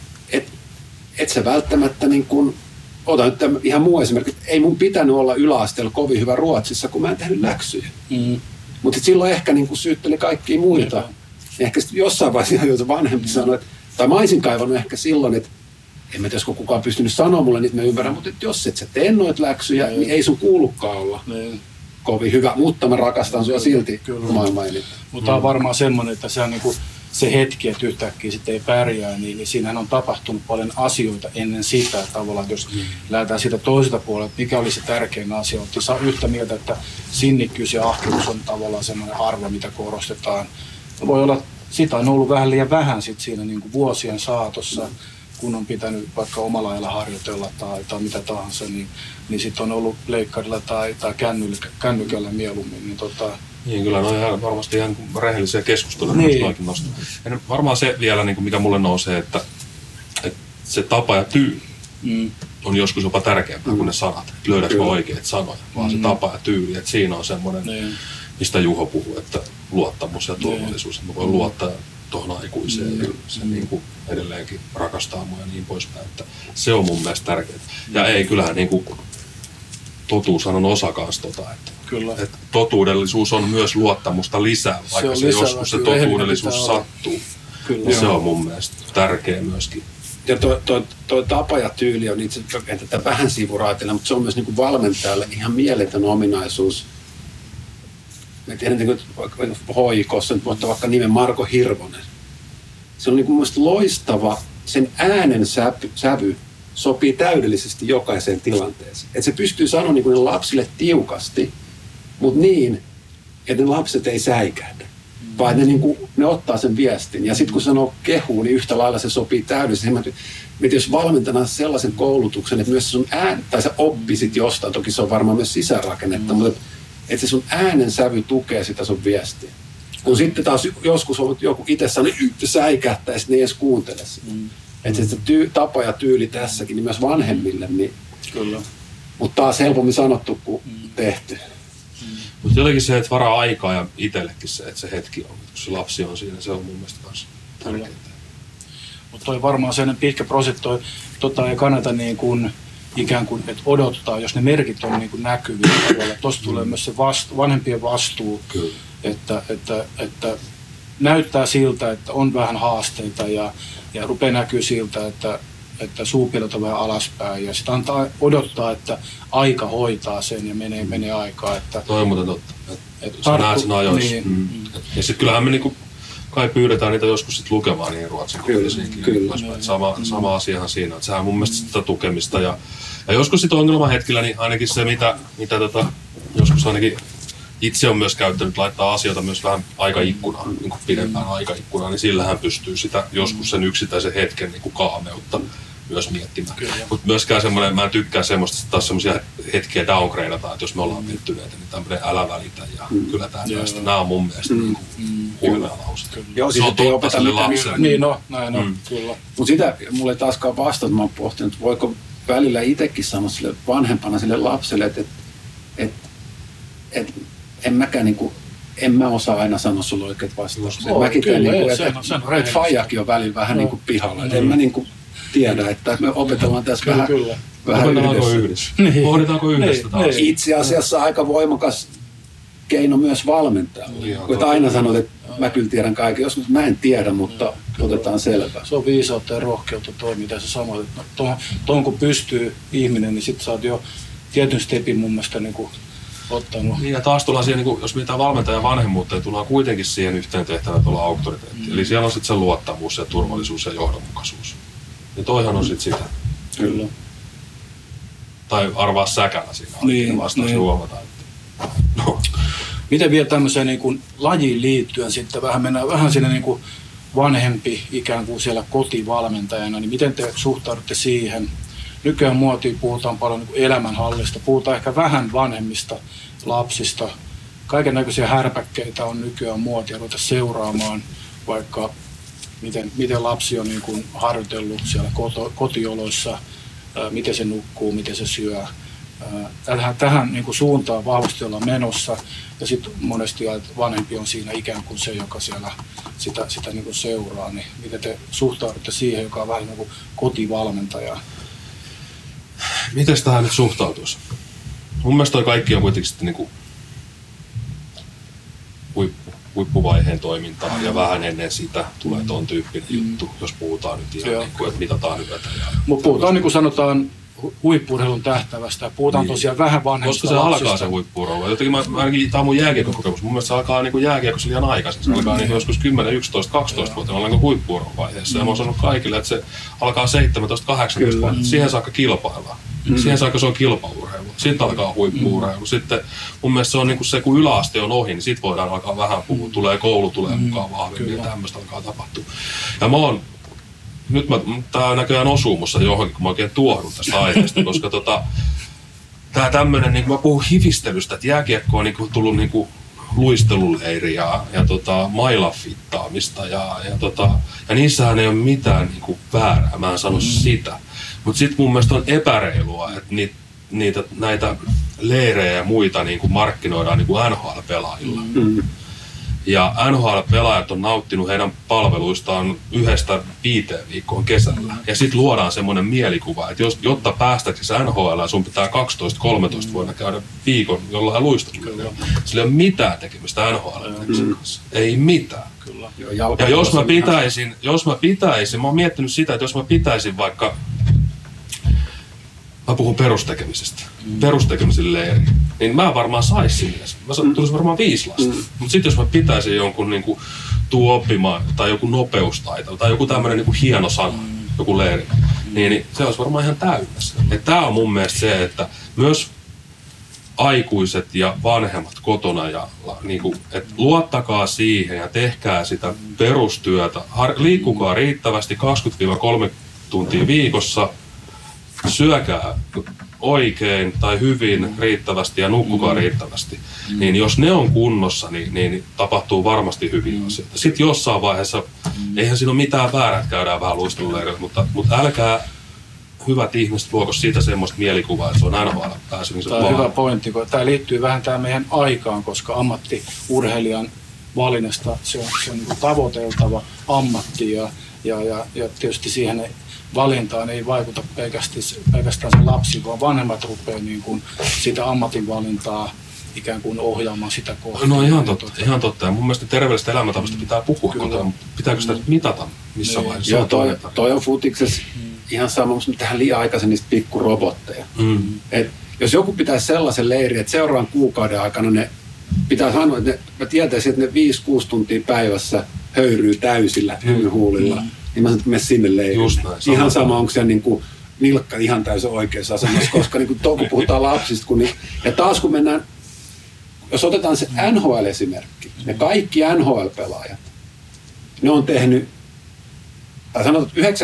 että se välttämättä niin kuin, otan nyt ihan muu esimerkki, että ei mun pitänyt olla yläasteella kovin hyvä Ruotsissa, kun mä en tehnyt läksyjä. Mutta silloin ehkä niin kuin syytteli kaikkia muita. Ehkä jossain vaiheessa jo vanhempi sanoi, että tai mä olisin kaivannut ehkä silloin, että en mä tiedä, kun kukaan pystynyt sanoa mulle, niin mä ymmärrän, mutta jos et sä tee noita läksyjä, niin ei sun kuulukaan olla kovin hyvä, mutta mä rakastan sua silti maailman eniten. Mutta on varmaan semmoinen, että se on niin kuin se hetki, että yhtäkkiä sitten ei pärjää, niin siinähän on tapahtunut paljon asioita ennen sitä tavallaan, että jos lähdetään siitä toiselta puolelta, mikä oli se tärkein asia, on yhtä mieltä, että sinnikkyys ja ahkeruus on tavallaan semmoinen arvo, mitä korostetaan. Voi olla, sitä on ollut vähän liian vähän sit siinä niin kuin vuosien saatossa, kun on pitänyt vaikka omalla ajalla harjoitella tai mitä tahansa, niin sitten on ollut leikkarilla tai kännykällä mieluummin. Niin kyllä, ne on varmasti ihan rehellisiä keskusteluja. Niin. Varmaan se vielä, niin kuin mikä mulle nousee, että se tapa ja tyyli on joskus jopa tärkeämpää kuin ne sanat. Että löydätkö mä oikeat sanoja, vaan se tapa ja tyyli. Että siinä on semmoinen, mistä Juho puhuu, että luottamus ja turvallisuus. Että mä voin luottaa tuohon aikuiseen ja se niin kuin edelleenkin rakastaa mua ja niin poispäin. Että se on mun mielestä tärkeää. Ja ei, kyllähän niin kuin totuushan on osa kanssa että totuudellisuus on myös luottamusta lisää, vaikka se joskus se totuudellisuus sattuu. Kyllä. Se on mun mielestä tärkeä myöskin. Ja toi tapa ja tyyli on itse tätä vähän sivuraitella, mutta se on myös niin kuin valmentajalle ihan mieletön ominaisuus. Mä tiedän, että hoikossa nyt voittaa vaikka nimen Marko Hirvonen. Se on niin kuin mun mielestä loistava, sen äänen sävy sopii täydellisesti jokaiseen tilanteeseen. Että se pystyy sanoa niin kuin lapsille tiukasti, mutta niin, että ne lapset ei säikähdä. vaan ne ottaa sen viestin. Ja sitten kun sanoo kehuu, niin yhtä lailla se sopii täydellisesti. Että jos valmentana sellaisen koulutuksen, että myös se sun tai sä oppisit jostain, toki se on varmaan myös sisäänrakennetta, mutta että se sun äänensävy tukee sitä sun viestiä. Kun sitten taas joskus on joku itse sanoo, että säikähtää, ja sitten ne ei edes kuuntele sitä. Että se tapa ja tyyli tässäkin, niin myös vanhemmille, niin Kyllä. Mutta taas helpommin sanottu kuin tehty. Mutta jotenkin se, että varaa aikaa ja itsellekin se, että se hetki on, kun se lapsi on siinä, se on mun mielestä myös tärkeää. Mutta toi varmaan sellainen pitkä prosessi, ei kannata niin kuin, ikään kuin että odottaa, jos ne merkit on niin kuin näkyviä tavalla. Tuossa tulee myös se vanhempien vastuu, että näyttää siltä, että on vähän haasteita ja rupeaa näkyy siltä, että suupilot on vähän alaspäin ja sitten antaa odottaa, että aika hoitaa sen ja menee aikaa. Että, toi on muuten totta, että sä näet sen ajoissa. Niin. Ja sitten kyllähän me niinku kai pyydetään niitä joskus sit lukemaan niin ruotsinkielisiäkin. Kyllä. Sama asiahan siinä, että sehän on mun mielestä sitä tukemista. Ja joskus sitten ongelmahetkillä, niin ainakin se, mitä joskus ainakin itse on myös käyttänyt laittaa asioita myös vähän aikaikkunaan, niin kuin pidempään aikaikkunaan, niin sillähän pystyy sitä joskus sen yksittäisen hetken niin kuin kaameutta myös miettimään. Mutta myöskään semmoinen, mä en tykkää semmoista, että taas semmoisia hetkiä downgradeataan, että jos me ollaan pettyneitä, niin tämmöinen älä välitä ja kyllä tämä tästä. Nämä on mun mielestä huonoja lauseita. Joo, siis ei opeta sille lapselle. Niin, näin on, kyllä. Mutta sitä mulle ei taaskaan vastata, mä oon pohtinut, että voiko välillä itsekin sanoa sille vanhempana sille lapselle, että en mä osaa aina sanoa sulle oikeat vastaukset. Mäkin teen että faijakin on välillä vähän niinku pihalla. En mä tiedä, että me opetellaan tässä vähän yhdessä. Pohditaanko yhdessä taas? Itse asiassa aika voimakas keino myös valmentajalle. Kun aina sanot, että mä kyllä tiedän kaiken. Joskus mä en tiedä, mutta otetaan selvää. Se on viisautta ja rohkeutta toi, mitä sä sanoit. Tuon kun pystyy ihminen, niin sit sä oot jo tietyn stepin mun mielestä ottanut. Niin ja taas tullaan siihen, jos mietitään valmentajan vanhemmuutta, niin tullaan kuitenkin siihen yhteen tehtävään tuolla auktoriteetti. Eli siellä on sitten se luottamus ja turvallisuus ja johdonmukaisuus. Ja toihan on sitten sitä. Kyllä. Tai arvaa säkällä siinä. Niin vastaus huomataan. No. Miten vielä tämmöiseen lajiin liittyen sitten mennään vähän sinne vanhempi ikään kuin siellä kotivalmentajana, niin miten te suhtaudutte siihen? Nykyään muotiin puhutaan paljon elämänhallista, puhutaan ehkä vähän vanhemmista lapsista. Kaiken näköisiä härpäkkeitä on nykyään muotia ruveta seuraamaan, vaikka miten lapsi on harjoitellut siellä kotioloissa, miten se nukkuu, miten se syö. Tähän suuntaan vahvasti ollaan menossa ja sitten monesti vanhempi on siinä ikään kuin se, joka siellä sitä seuraa. Niin miten te suhtaudutte siihen, joka on vähän kotivalmentaja? Miten tähän nyt suhtautuisi? Mun mielestä toi kaikki on kuitenkin sitten huippuvaiheen toimintaa ja vähän ennen sitä tulee ton tyyppinen juttu, jos puhutaan nyt ihan että mitataan yötä. Mutta puhutaan sanotaan huippu-urheilun tähtävästä ja puhutaan tosiaan vähän vanhemmista lapsista. Koska se alkaa se huippu-urheilu. Jotenkin ainakin tämä on mun jääkiekkokokemus. Mun mielestä se alkaa jääkiekossa liian aikaisin. Se alkaa joskus 10, 11, 12 vuotta huippu-urheilun vaiheessa. Ja mä oon sanonut kaikille, että se alkaa 17, 18 vuotta. Siihen saakka kilpaillaan. Siihen saakka se on kilpaurheilu. Sitten alkaa huippu-urheilu. Sitten mun mielestä se on se, kun yläaste on ohi, niin sit voidaan alkaa vähän puhua. Tulee koulu, tulee mukaan vahvemmin ja tämmöistä alkaa tapahtua. Ja mä oon nyt tää näköjään osuu musta johonkin, kun mä oikein tuohdun tästä aiheesta, koska tää tämmönen, mä puhun hifistelystä, että jääkiekko on tullut luisteluleiri ja mailafittaamista ja niissähän ei ole mitään väärää, mä en sano sitä. Mut sit mun mielestä on epäreilua, että näitä leirejä ja muita markkinoidaan NHL-pelaajilla. Ja NHL-pelaajat on nauttinut heidän palveluistaan 1-5 viikkoon kesällä. Ja sitten luodaan semmoinen mielikuva, että jotta päästäksesi NHL, sun pitää 12-13 vuonna käydä viikon jollain luistelulla. Sillä ei ole mitään tekemistä NHL kanssa. Ei mitään. Kyllä. Ja jos mä pitäisin, mä oon miettinyt sitä, että jos mä pitäisin vaikka, mä puhun perustekemisestä, perustekemisen leiri, niin mä varmaan saisin mies. Mä tulisin varmaan 5 lasta. Mutta sitten jos mä pitäisin jonkun oppimaan tai joku nopeustaito tai joku tämmöinen hieno sana, joku leiri, niin se olisi varmaan ihan täynnä. Tää on mun mielestä se, että myös aikuiset ja vanhemmat kotona ja niin kuin, että luottakaa siihen ja tehkää sitä perustyötä. Liikkukaa riittävästi 20-30 tuntia viikossa, syökää oikein tai hyvin riittävästi ja nukkukaa riittävästi. Niin jos ne on kunnossa, niin tapahtuu varmasti hyviä asioita. Sitten jossain vaiheessa, eihän siinä ole mitään väärää, että käydään vähän luisteluleirillä, mutta älkää hyvät ihmiset luoko siitä semmoista mielikuvaa, että se on NHL pääsemisen Tämä on hyvä pointti, kun tämä liittyy vähän tähän meidän aikaan, koska ammattiurheilijan valinnasta se on niin kuin tavoiteltava ammatti ja tietysti siihen valintaan ei vaikuta pelkästään se lapsi, vaan vanhemmat rupeaa niin kuin sitä ammatinvalintaa ikään kuin ohjaamaan sitä kohtaa. No ihan totta. Ja mun mielestä terveellisestä elämäntavasta pitää puhua kotona, mutta pitääkö sitä mitata missä vaiheessa? Joo, toi on futiksessa ihan sama, mutta tehdään liian aikaisin niistä pikkurobotteja. Et jos joku pitäisi sellaisen leirin, että seuraavan kuukauden aikana ne pitää sanoa, että mä tietäisin, että ne 5-6 tuntia päivässä höyryy täysillä hymyhuulilla, niin mä sanon, että mene sinne leirille. Ihan sama, onko se niin kuin nilkka ihan täysin oikeassa asemassa, koska niin kuin kun puhutaan lapsista, ja taas kun mennään, jos otetaan se NHL-esimerkki, ne kaikki NHL-pelaajat, ne on tehnyt, tai sanotaan, että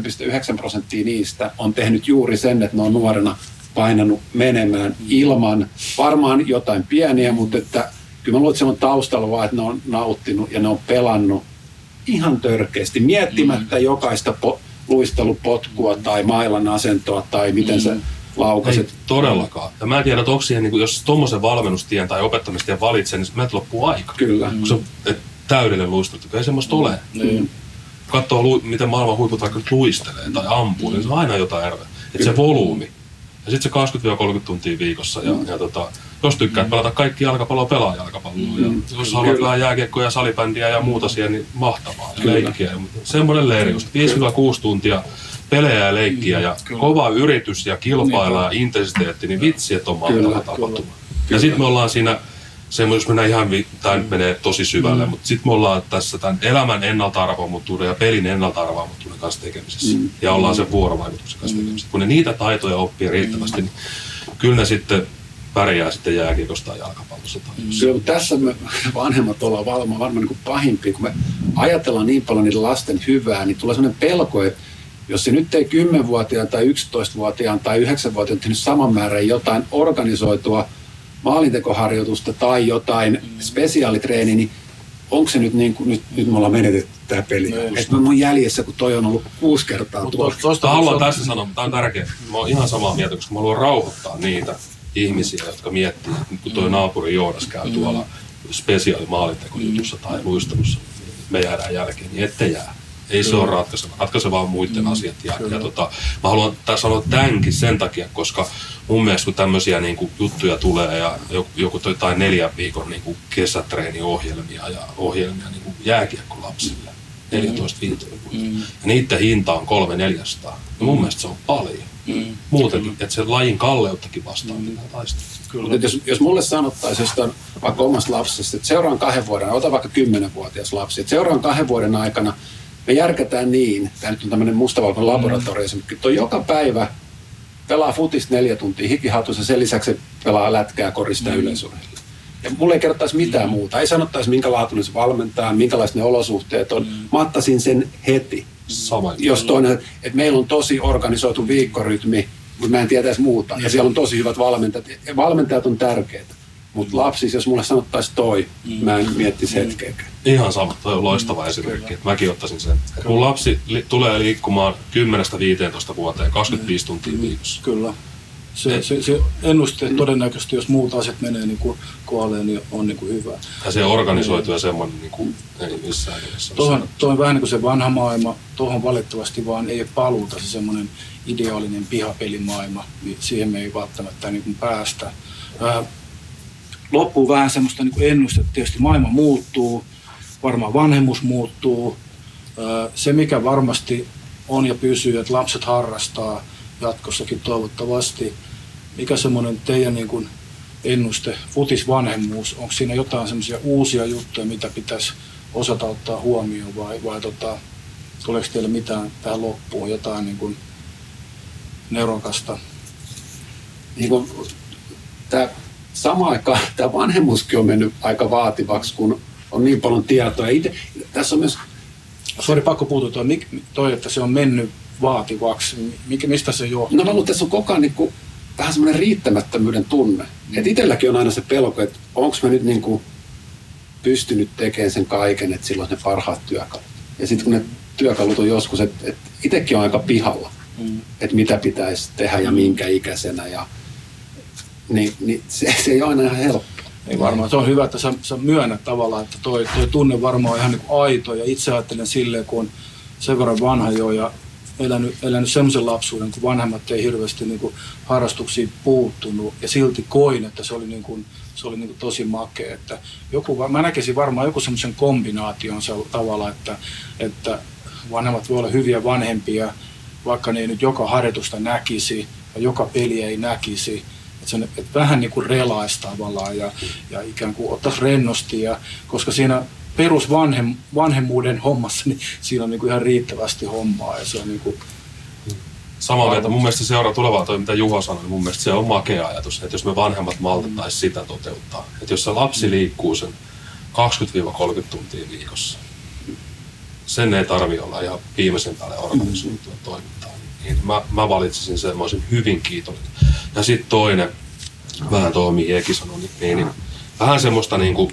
99,9% niistä on tehnyt juuri sen, että ne on nuorena painanut menemään ilman varmaan jotain pieniä, mutta että kyllä mä luulen, että se on taustalla vaan, että ne on nauttinut ja ne on pelannut ihan törkeästi, miettimättä jokaista luistelupotkua tai mailan asentoa tai miten sä laukaset. Ei todellakaan. Ja mä en tiedä, että onko siihen, jos tuommoisen valmennustien tai opettamistien valitsee, niin meiltä loppuu aika. Kyllä. Se on täydellinen luistelu, ei semmoista ole. Katsoo, miten maailman huiput vaikka luistelee tai ampuu, niin se on aina jotain eri. Että se volyymi. Ja sitten se 20-30 tuntia viikossa. Ja jos tykkäät pelata kaikki jalkapalloa, pelaa jalkapalloa. Ja jos haluat vähän jääkiekkoja ja salibändiä ja muuta siihen, niin mahtavaa. Ja leikkiä. Semmoinen leiri, just 5-6 tuntia pelejä ja leikkiä ja kova yritys ja kilpailla ja intensiteetti, niin vitsi, että on mahtava tapahtuma. Ja sitten me ollaan siinä, jos mennään ihan, tämä nyt menee tosi syvälle, mutta sitten me ollaan tässä tämän elämän ennalta-arvaamattomuuden ja pelin ennalta-arvaamattomuuden kanssa tekemisessä. Ja ollaan sen vuorovaikutuksen kanssa tekemisessä. Kun ne niitä taitoja oppii riittävästi, niin kyllä ne sitten pärjää sitten jääkiekossa tai jalkapallossa. Kyllä, tässä me vanhemmat ollaan varmaan niin kuin pahimpia, kun me ajatellaan niin paljon niiden lasten hyvää, niin tulee sellainen pelko, että jos se nyt ei 10-vuotiaan tai 11-vuotiaan tai 9-vuotiaan tehnyt saman määrän jotain organisoitua maalintekoharjoitusta tai jotain spesiaalitreeniä, niin onko se nyt niin kuin, nyt me ollaan menetetty tämä peli. Että mä oon jäljessä, kun toi on ollut 6 kertaa tuolla. Haluan tässä sanoa, tämä on tärkeää. Mä oon ihan samaa mieltä, koska mä haluan rauhoittaa niitä ihmisiä, jotka miettii, että nyt kun toi naapuri Joonas käy tuolla spesiaalimaalintekojutussa tai luistelussa, me jäädään jälkeen, niin ette jää. Ei se ole ratkaiseva. Ratkaiseva on muiden asiat. Mä haluan sanoa tämänkin sen takia, koska mun mielestä kun tämmöisiä niin juttuja tulee ja joku tai 4 viikon niin kesätreeniohjelmia ja ohjelmia niin jääkiekkolapsille, 14-15 ja niiden hinta on 300-400. Mun mielestä se on paljon. Muutenkin, että sen lajin kalleuttakin vastaan pitää taistella. Mutta jos mulle sanottaisiin jostain vaikka omasta lapsesta, että seuraan 2 vuoden, ota vaikka 10-vuotias lapsi, että seuraan 2 vuoden aikana me järkätään niin, tämä nyt on tämmöinen mustavalkoinen laboratorio, että joka päivä pelaa futista 4 tuntia hikihatussa, sen lisäksi se pelaa lätkää, koristaa yleisurheilua. Ja mulle ei kerrottaisi mitään muuta, ei sanottaisi minkälaatuinen se valmentaa, minkälaiset ne olosuhteet on. Mä ottaisin sen heti. Jos toinen, että meillä on tosi organisoitu viikkorytmi, mutta mä en tietäisi muuta. Ja siellä on tosi hyvät valmentajat. Valmentajat on tärkeitä. Mutta lapsis, jos mulle sanottaisi toi, mä en miettisi hetkeäkään. Ihan sama, toi on loistava esimerkki. Mäkin ottaisin sen. Mun lapsi tulee liikkumaan 10-15 vuoteen, 25 tuntia viikossa. Kyllä. Se ennuste todennäköisesti, jos muut asiat menee niin kuin kohdalleen, niin on niin kuin hyvä. Ja se organisoitu ja semmoinen niin kuin, ei missään nimessä. Tuo on vähän niin kuin se vanha maailma. Tuohon valitettavasti vaan ei paluuta se semmoinen ideaalinen pihapelimaailma. Niin siihen me ei välttämättä niin kuin päästä. Loppuu vähän semmoista niin kuin ennustetta. Tietysti maailma muuttuu, varmaan vanhemmuus muuttuu. Se mikä varmasti on ja pysyy, että lapset harrastaa jatkossakin toivottavasti. Mikä semmoinen teidän niin kuin ennuste, futisvanhemmuus, onko siinä jotain semmoisia uusia juttuja, mitä pitäisi osata ottaa huomioon vai tuleeko teille mitään tähän loppuun, jotain niin kuin neurokasta? Niin kuin, tämä samaan aikaan tämä vanhemmuuskin on mennyt aika vaativaksi, kun on niin paljon tietoa. Ja tässä on myös... Sori, pakko puuttua toi, että se on mennyt vaativaksi. Mistä se johtuu? No, mutta tässä on koko ajan niin kuin, vähän semmoinen riittämättömyyden tunne. Että itselläkin on aina se pelko, että onko mä nyt niin kuin pystynyt tekemään sen kaiken, että silloin ne parhaat työkalut. Ja sitten kun ne työkalut on joskus, että itsekin on aika pihalla, että mitä pitäisi tehdä ja minkä ikäisenä. Ja, niin se ei ole aina ihan helppoa. Ei varmaan. Se on hyvä, että sä myönnät tavallaan, että toi tunne varmaan on ihan niin kuin aito. Ja itse ajattelen silleen, kun on sen verran vanha jo ja elänyt semmoisen lapsuuden, kun vanhemmat ei hirveästi niin kuin harrastuksiin puuttunut. Ja silti koin, että se oli niin kuin tosi makea. Että mä näkisin varmaan joku semmoisen kombinaation tavalla, että vanhemmat voi olla hyviä vanhempia, vaikka ne ei nyt joka harjoitusta näkisi ja joka peli ei näkisi. Että vähän niin kuin relaisi tavallaan ja ikään kuin ottaisi rennosti, koska siinä perusvanhemmuuden hommassa, niin siinä on niin kuin ihan riittävästi hommaa. Ja se on niin kuin samaa mieltä. Mun mielestä seuraa tulevaa toi, mitä Juho sanoi, niin mun mielestä se on makea ajatus, että jos me vanhemmat maltettaisiin sitä toteuttaa. Että jos se lapsi liikkuu sen 20-30 tuntia viikossa, sen ei tarvitse olla ihan viimeisen päälle organisoitua toimintaa. Niin mä valitsisin sen, mä olisin hyvin kiitollinen. Ja sitten toinen, vähän tuohon mihin Eki sanoi, niin vähän semmoista niinku,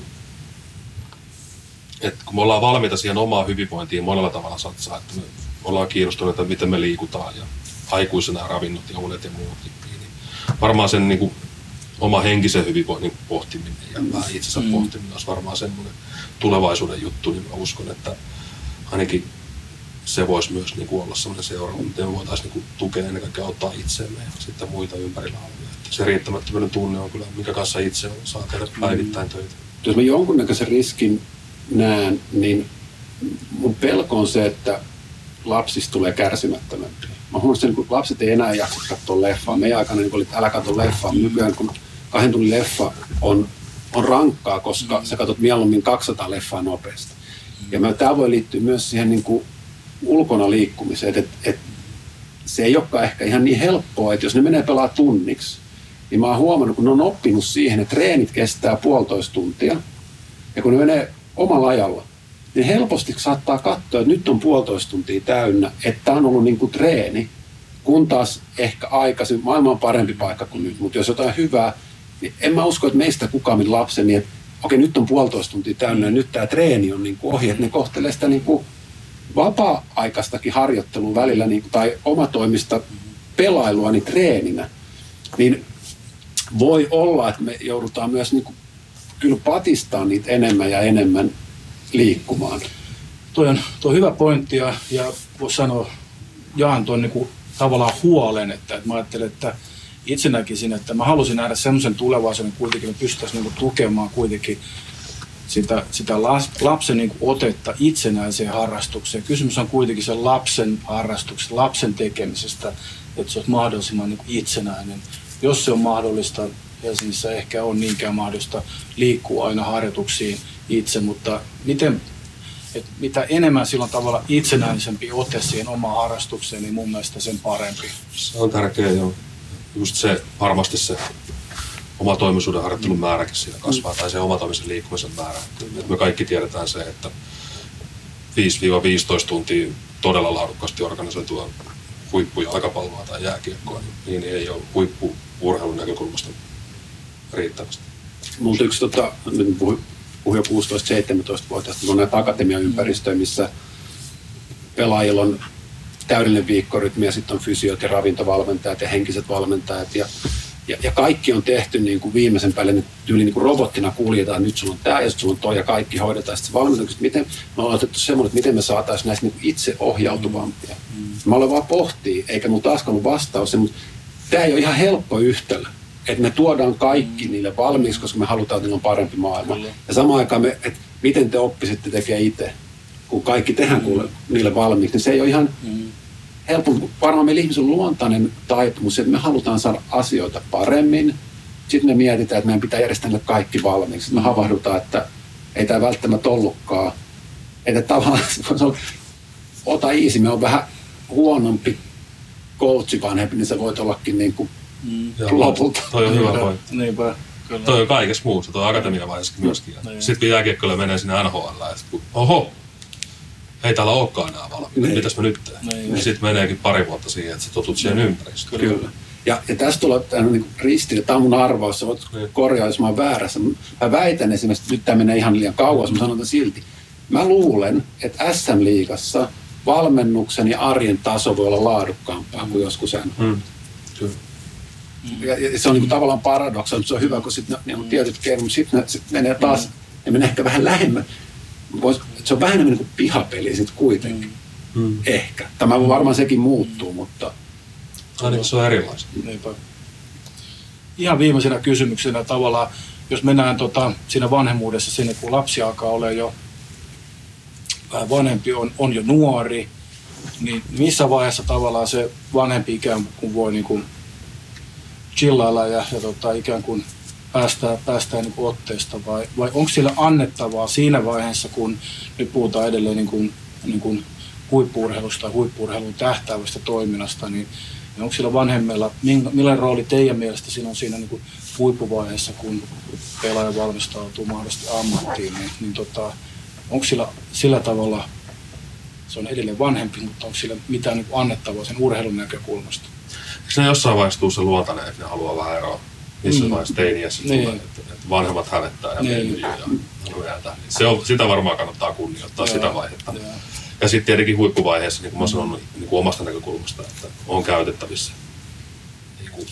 että kun me ollaan valmiita siihen omaan hyvinvointiin monella tavalla satsaa, että me ollaan kiinnostuneita, miten me liikutaan ja aikuisena ravinnot ja unet ja muut, niin varmaan sen niinku oma henkisen hyvinvoinnin pohtiminen ja vähän itsensä pohtiminen olisi varmaan semmoinen tulevaisuuden juttu, niin mä uskon, että ainakin se voisi myös niin kuin olla sellainen seuraava, miten me voitaisiin niin tukea ennen kaikkea auttaa itseämme ja sitten muita ympärillä olevia. Se riittämättömyyden tunne on kyllä, minkä kanssa itse saa tehdä päivittäin töitä. Jos mä jonkunnäköisen riskin näen, niin mun pelko on se, että lapsista tulee kärsimättömämpiä. Mä huomasin, että lapset ei enää jaksa katsoa leffaa. Meidän aikana niin oli, että älä katso leffaa. Nykyään kun 2 tunnin leffa on rankkaa, koska sä katsot mieluummin 200 leffaa nopeasti. Ja tämä voi liittyä myös siihen niin kuin ulkona liikkumiseen, että se ei olekaan ehkä ihan niin helppoa, että jos ne menee pelaa tunniksi, niin mä oon huomannut, kun ne on oppinut siihen, että treenit kestää 1,5 tuntia, ja kun ne menee omalla ajalla, niin helposti saattaa katsoa, että nyt on 1,5 tuntia täynnä, että tämä on ollut niin kuin treeni, kun taas ehkä aikaisin, maailma on parempi paikka kuin nyt, mutta jos jotain hyvää, niin en mä usko, että meistä kukaan lapseni, että okei, nyt on 1,5 tuntia täynnä ja nyt tämä treeni on niin kuin ohi, että ne kohtelee sitä niin kuin vapaa-aikaistakin harjoittelua välillä niin kuin, tai omatoimista pelailua niin treeninä, niin voi olla, että me joudutaan myös niin kuin, kyllä patistaa niitä enemmän ja enemmän liikkumaan. Tuo on hyvä pointti ja voisi sanoa, jaan tuon niin kuin, tavallaan huolen, että mä ajattelen, että itse näkisin, että mä halusin nähdä semmoisen tulevaisuuden kuitenkin, että me pystyttäisiin niin kuin tukemaan kuitenkin sitä lapsen niin kuin otetta itsenäiseen harrastukseen. Kysymys on kuitenkin sen lapsen harrastuksesta, lapsen tekemisestä, että se olisi mahdollisimman niin kuin itsenäinen. Jos se on mahdollista, Helsingissä ehkä on niinkään mahdollista liikkua aina harjoituksiin itse, mutta mitä enemmän silloin tavalla itsenäisempi ote siihen omaan harrastukseen, niin mun mielestä sen parempi. Se on tärkeää, joo. Just se, varmasti se omatoimisuuden harjoittelun määräkin siinä kasvaa, tai se omatoimisen liikkumisen määrä. Et me kaikki tiedetään se, että 5-15 tuntia todella laadukkaasti organisoitua huippujalkapalloa tai jääkiekkoa, niin ei ole huippu-urheilun näkökulmasta riittävästi. Multa yksi, nyt puhuin jo 16-17-vuotiaista, on näitä akatemiaympäristöjä, missä pelaajilla on täydellinen viikkorytmi ja sitten on fysiot ja ravintovalmentajat ja henkiset valmentajat ja kaikki on tehty niin kuin viimeisen päälle nyt tyyli niin kuin robottina kuljetaan, nyt sulla on tämä ja sulla on toi ja kaikki hoidetaan. Sitten se valmentaja, miten me ollaan otettu semmoinen, että miten me saataisiin näistä niin itse ohjautuvampia. Mä olen vaan pohtii, eikä mun taaskaan vastaus, mutta tämä ei ole ihan helppo yhtälö. Että me tuodaan kaikki niille valmiiksi, koska me halutaan, että niillä on parempi maailma. Ja samaan aikaan että miten te oppisitte tekemään itse, kun kaikki tehdään niille valmiiksi, niin se ei ole ihan helppo. Varmaan meillä ihmisillä on luontainen taipumus, että me halutaan saada asioita paremmin. Sitten me mietitään, että meidän pitää järjestää niille kaikki valmiiksi. Sitten me havahdutaan, että ei tämä välttämättä ollutkaan. Että tavallaan ota easy, me on vähän huonompi coachi vanhempi, niin se voit ollakin niin kuin lopulta. Toi on hyvä pointti. Niinpä. Kyllä. Toi on kaikessa muussa, toi akatemiavaiheessakin myöskin. Sitten kun jääkiekkoilla menee sinne NHL, että oho, ei täällä olekaan enää valmiita, mitäs mä nyt teen? Sitten meneekin pari vuotta siihen, että sä totut siihen ympäristöön. Kyllä. Ja tästä tulee niin ristiriita, tämä on mun arvaus, sä voit korjaa, jos mä oon väärässä. Mä väitän esimerkiksi, että nyt tämä menee ihan liian kauas, mä sanon silti. Mä luulen, että SM-liigassa valmennuksen ja arjen taso voi olla laadukkaampaa kuin joskus NHL. Ja se on niin tavallaan paradoksa, mutta se on hyvä, kun sitten ne on tietyt keinot, mutta sitten ne menee taas, ne menee ehkä vähän lähemmän. Se on vähän enemmän niin kuin pihapeli sitten kuitenkin. Ehkä. Tämä varmaan sekin muuttuu, mutta... Ainakin se on erilaista. Niinpä. Ihan viimeisenä kysymyksenä tavallaan, jos mennään siinä vanhemmuudessa sinne, kun lapsi alkaa olla jo vähän vanhempi, on jo nuori, niin missä vaiheessa tavallaan se vanhempi ikään kuin voi niin kuin chillailla ja ikään kuin päästään niin kuin otteesta vai onko sillä annettavaa siinä vaiheessa, kun nyt puhutaan edelleen niin kuin huippu-urheilusta ja huippu-urheilun tähtäävästä toiminnasta, niin onko sillä vanhemmilla, millainen rooli teidän mielestä siinä on siinä niin kuin huippuvaiheessa, kun pelaaja valmistautuu mahdollisesti ammattiin, niin onko sillä tavalla, se on edelleen vanhempi, mutta onko sillä mitään niin kuin annettavaa sen urheilun näkökulmasta? Eikö ne jossain vaiheessa tuu se luontainen, että ne haluaa vähän eroa? Missä vaiheessa teiniässä tulee, että vanhemmat hävettää ja menee ja jäätä. Sitä varmaan kannattaa kunnioittaa sitä vaihetta. Ja sitten tietenkin huippuvaiheessa, niin kuin mä sanon niin kuin omasta näkökulmasta, että on käytettävissä niin kuin,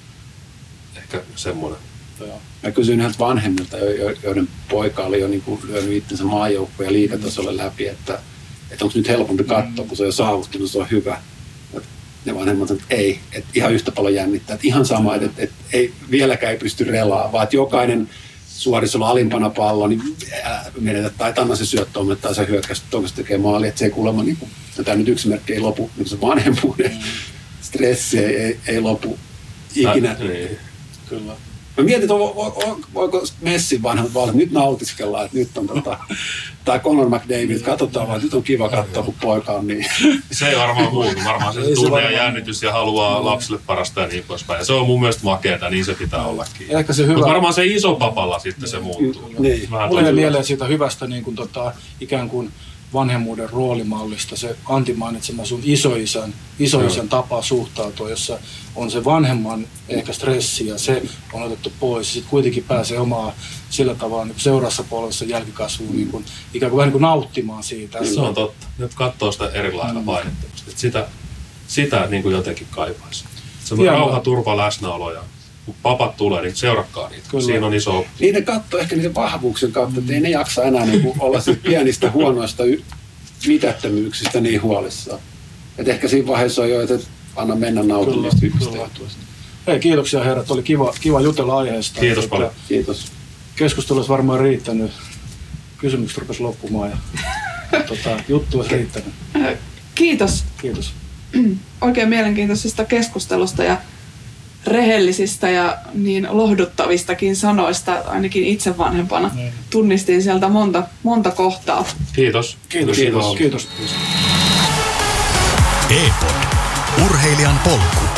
ehkä semmoinen. Mä kysyin yhdeltä vanhemmilta, joiden poika oli jo niin kuin lyönyt itsensä maajoukkoon ja liigatasolle läpi, että onko nyt helpompi katsoa, kun se on jo saavuttanut, se on hyvä. Ne vanhemmat sanovat, että ei, että ihan yhtä paljon jännittää, että ihan sama, että ei, vieläkään ei pysty relaamaan, vaan että jokainen suorisolla alimpana pallo, niin menetä tai anna se syöttöön, tai se hyökkäys, onko se tekee maali, että se ei kuulemma, niin kuin, tämä nyt yksi merkki ei lopu, niin se vanhemmuuden stressi ei lopu ikinä. Kyllä. Mä mietin, että voiko Messin vanhemmat valmiit, nyt nautiskellaan, että nyt on tai Conor McDavid, katsotaan vaan, nyt on kiva katsoa, kun poika on niin. Se ei varmaan muutu, varmaan se tunne ja jännitys ja haluaa lapsille parasta ja niin poispäin. Ja se on mun mielestä makeata, niin se pitää ollakin. Mutta varmaan se iso papalla sitten se muuttuu. Niin. Mulle ei mieleen siitä hyvästä niin kuin, ikään kuin vanhemmuuden roolimallista, se Antti mainitsema sun isoisän tapa suhtautua, jossa on se vanhemman ehkä stressi ja se on otettu pois. Ja sitten kuitenkin pääsee omaa sillä tavalla niin seuraavassa polvessa jälkikasvuun niin kuin, ikään kuin vähän niin kuin nauttimaan siitä. Se on totta. Nyt katsoo sitä eri lailla painettomasti. Sitä niin kuin jotenkin kaipaisi. Semmoinen rauha, turva, läsnäolo ja kun papat tulee, niin seurakkaa niitä. Kyllä. Siinä on iso... Niiden katsoo ehkä niiden vahvuuksien kautta, että ei ne jaksa enää niin kuin olla pienistä huonoista mitättömyyksistä niin huolissaan. Että ehkä siinä vaiheessa on jo, että anna mennä nautin niistä hyvistä. Hei, kiitoksia herrat. Oli kiva jutella aiheesta. Kiitos paljon. Kiitos. Keskustelu olisi varmaan riittänyt. Kysymykset rupesi loppumaan ja juttu olisi riittänyt. Kiitos. Kiitos. Oikein mielenkiintoisesta keskustelusta ja rehellisistä ja niin lohduttavistakin sanoista, ainakin itse vanhempana. Tunnistin sieltä monta kohtaa. Kiitos. Kiitos. E-pod. Urheilijan polku.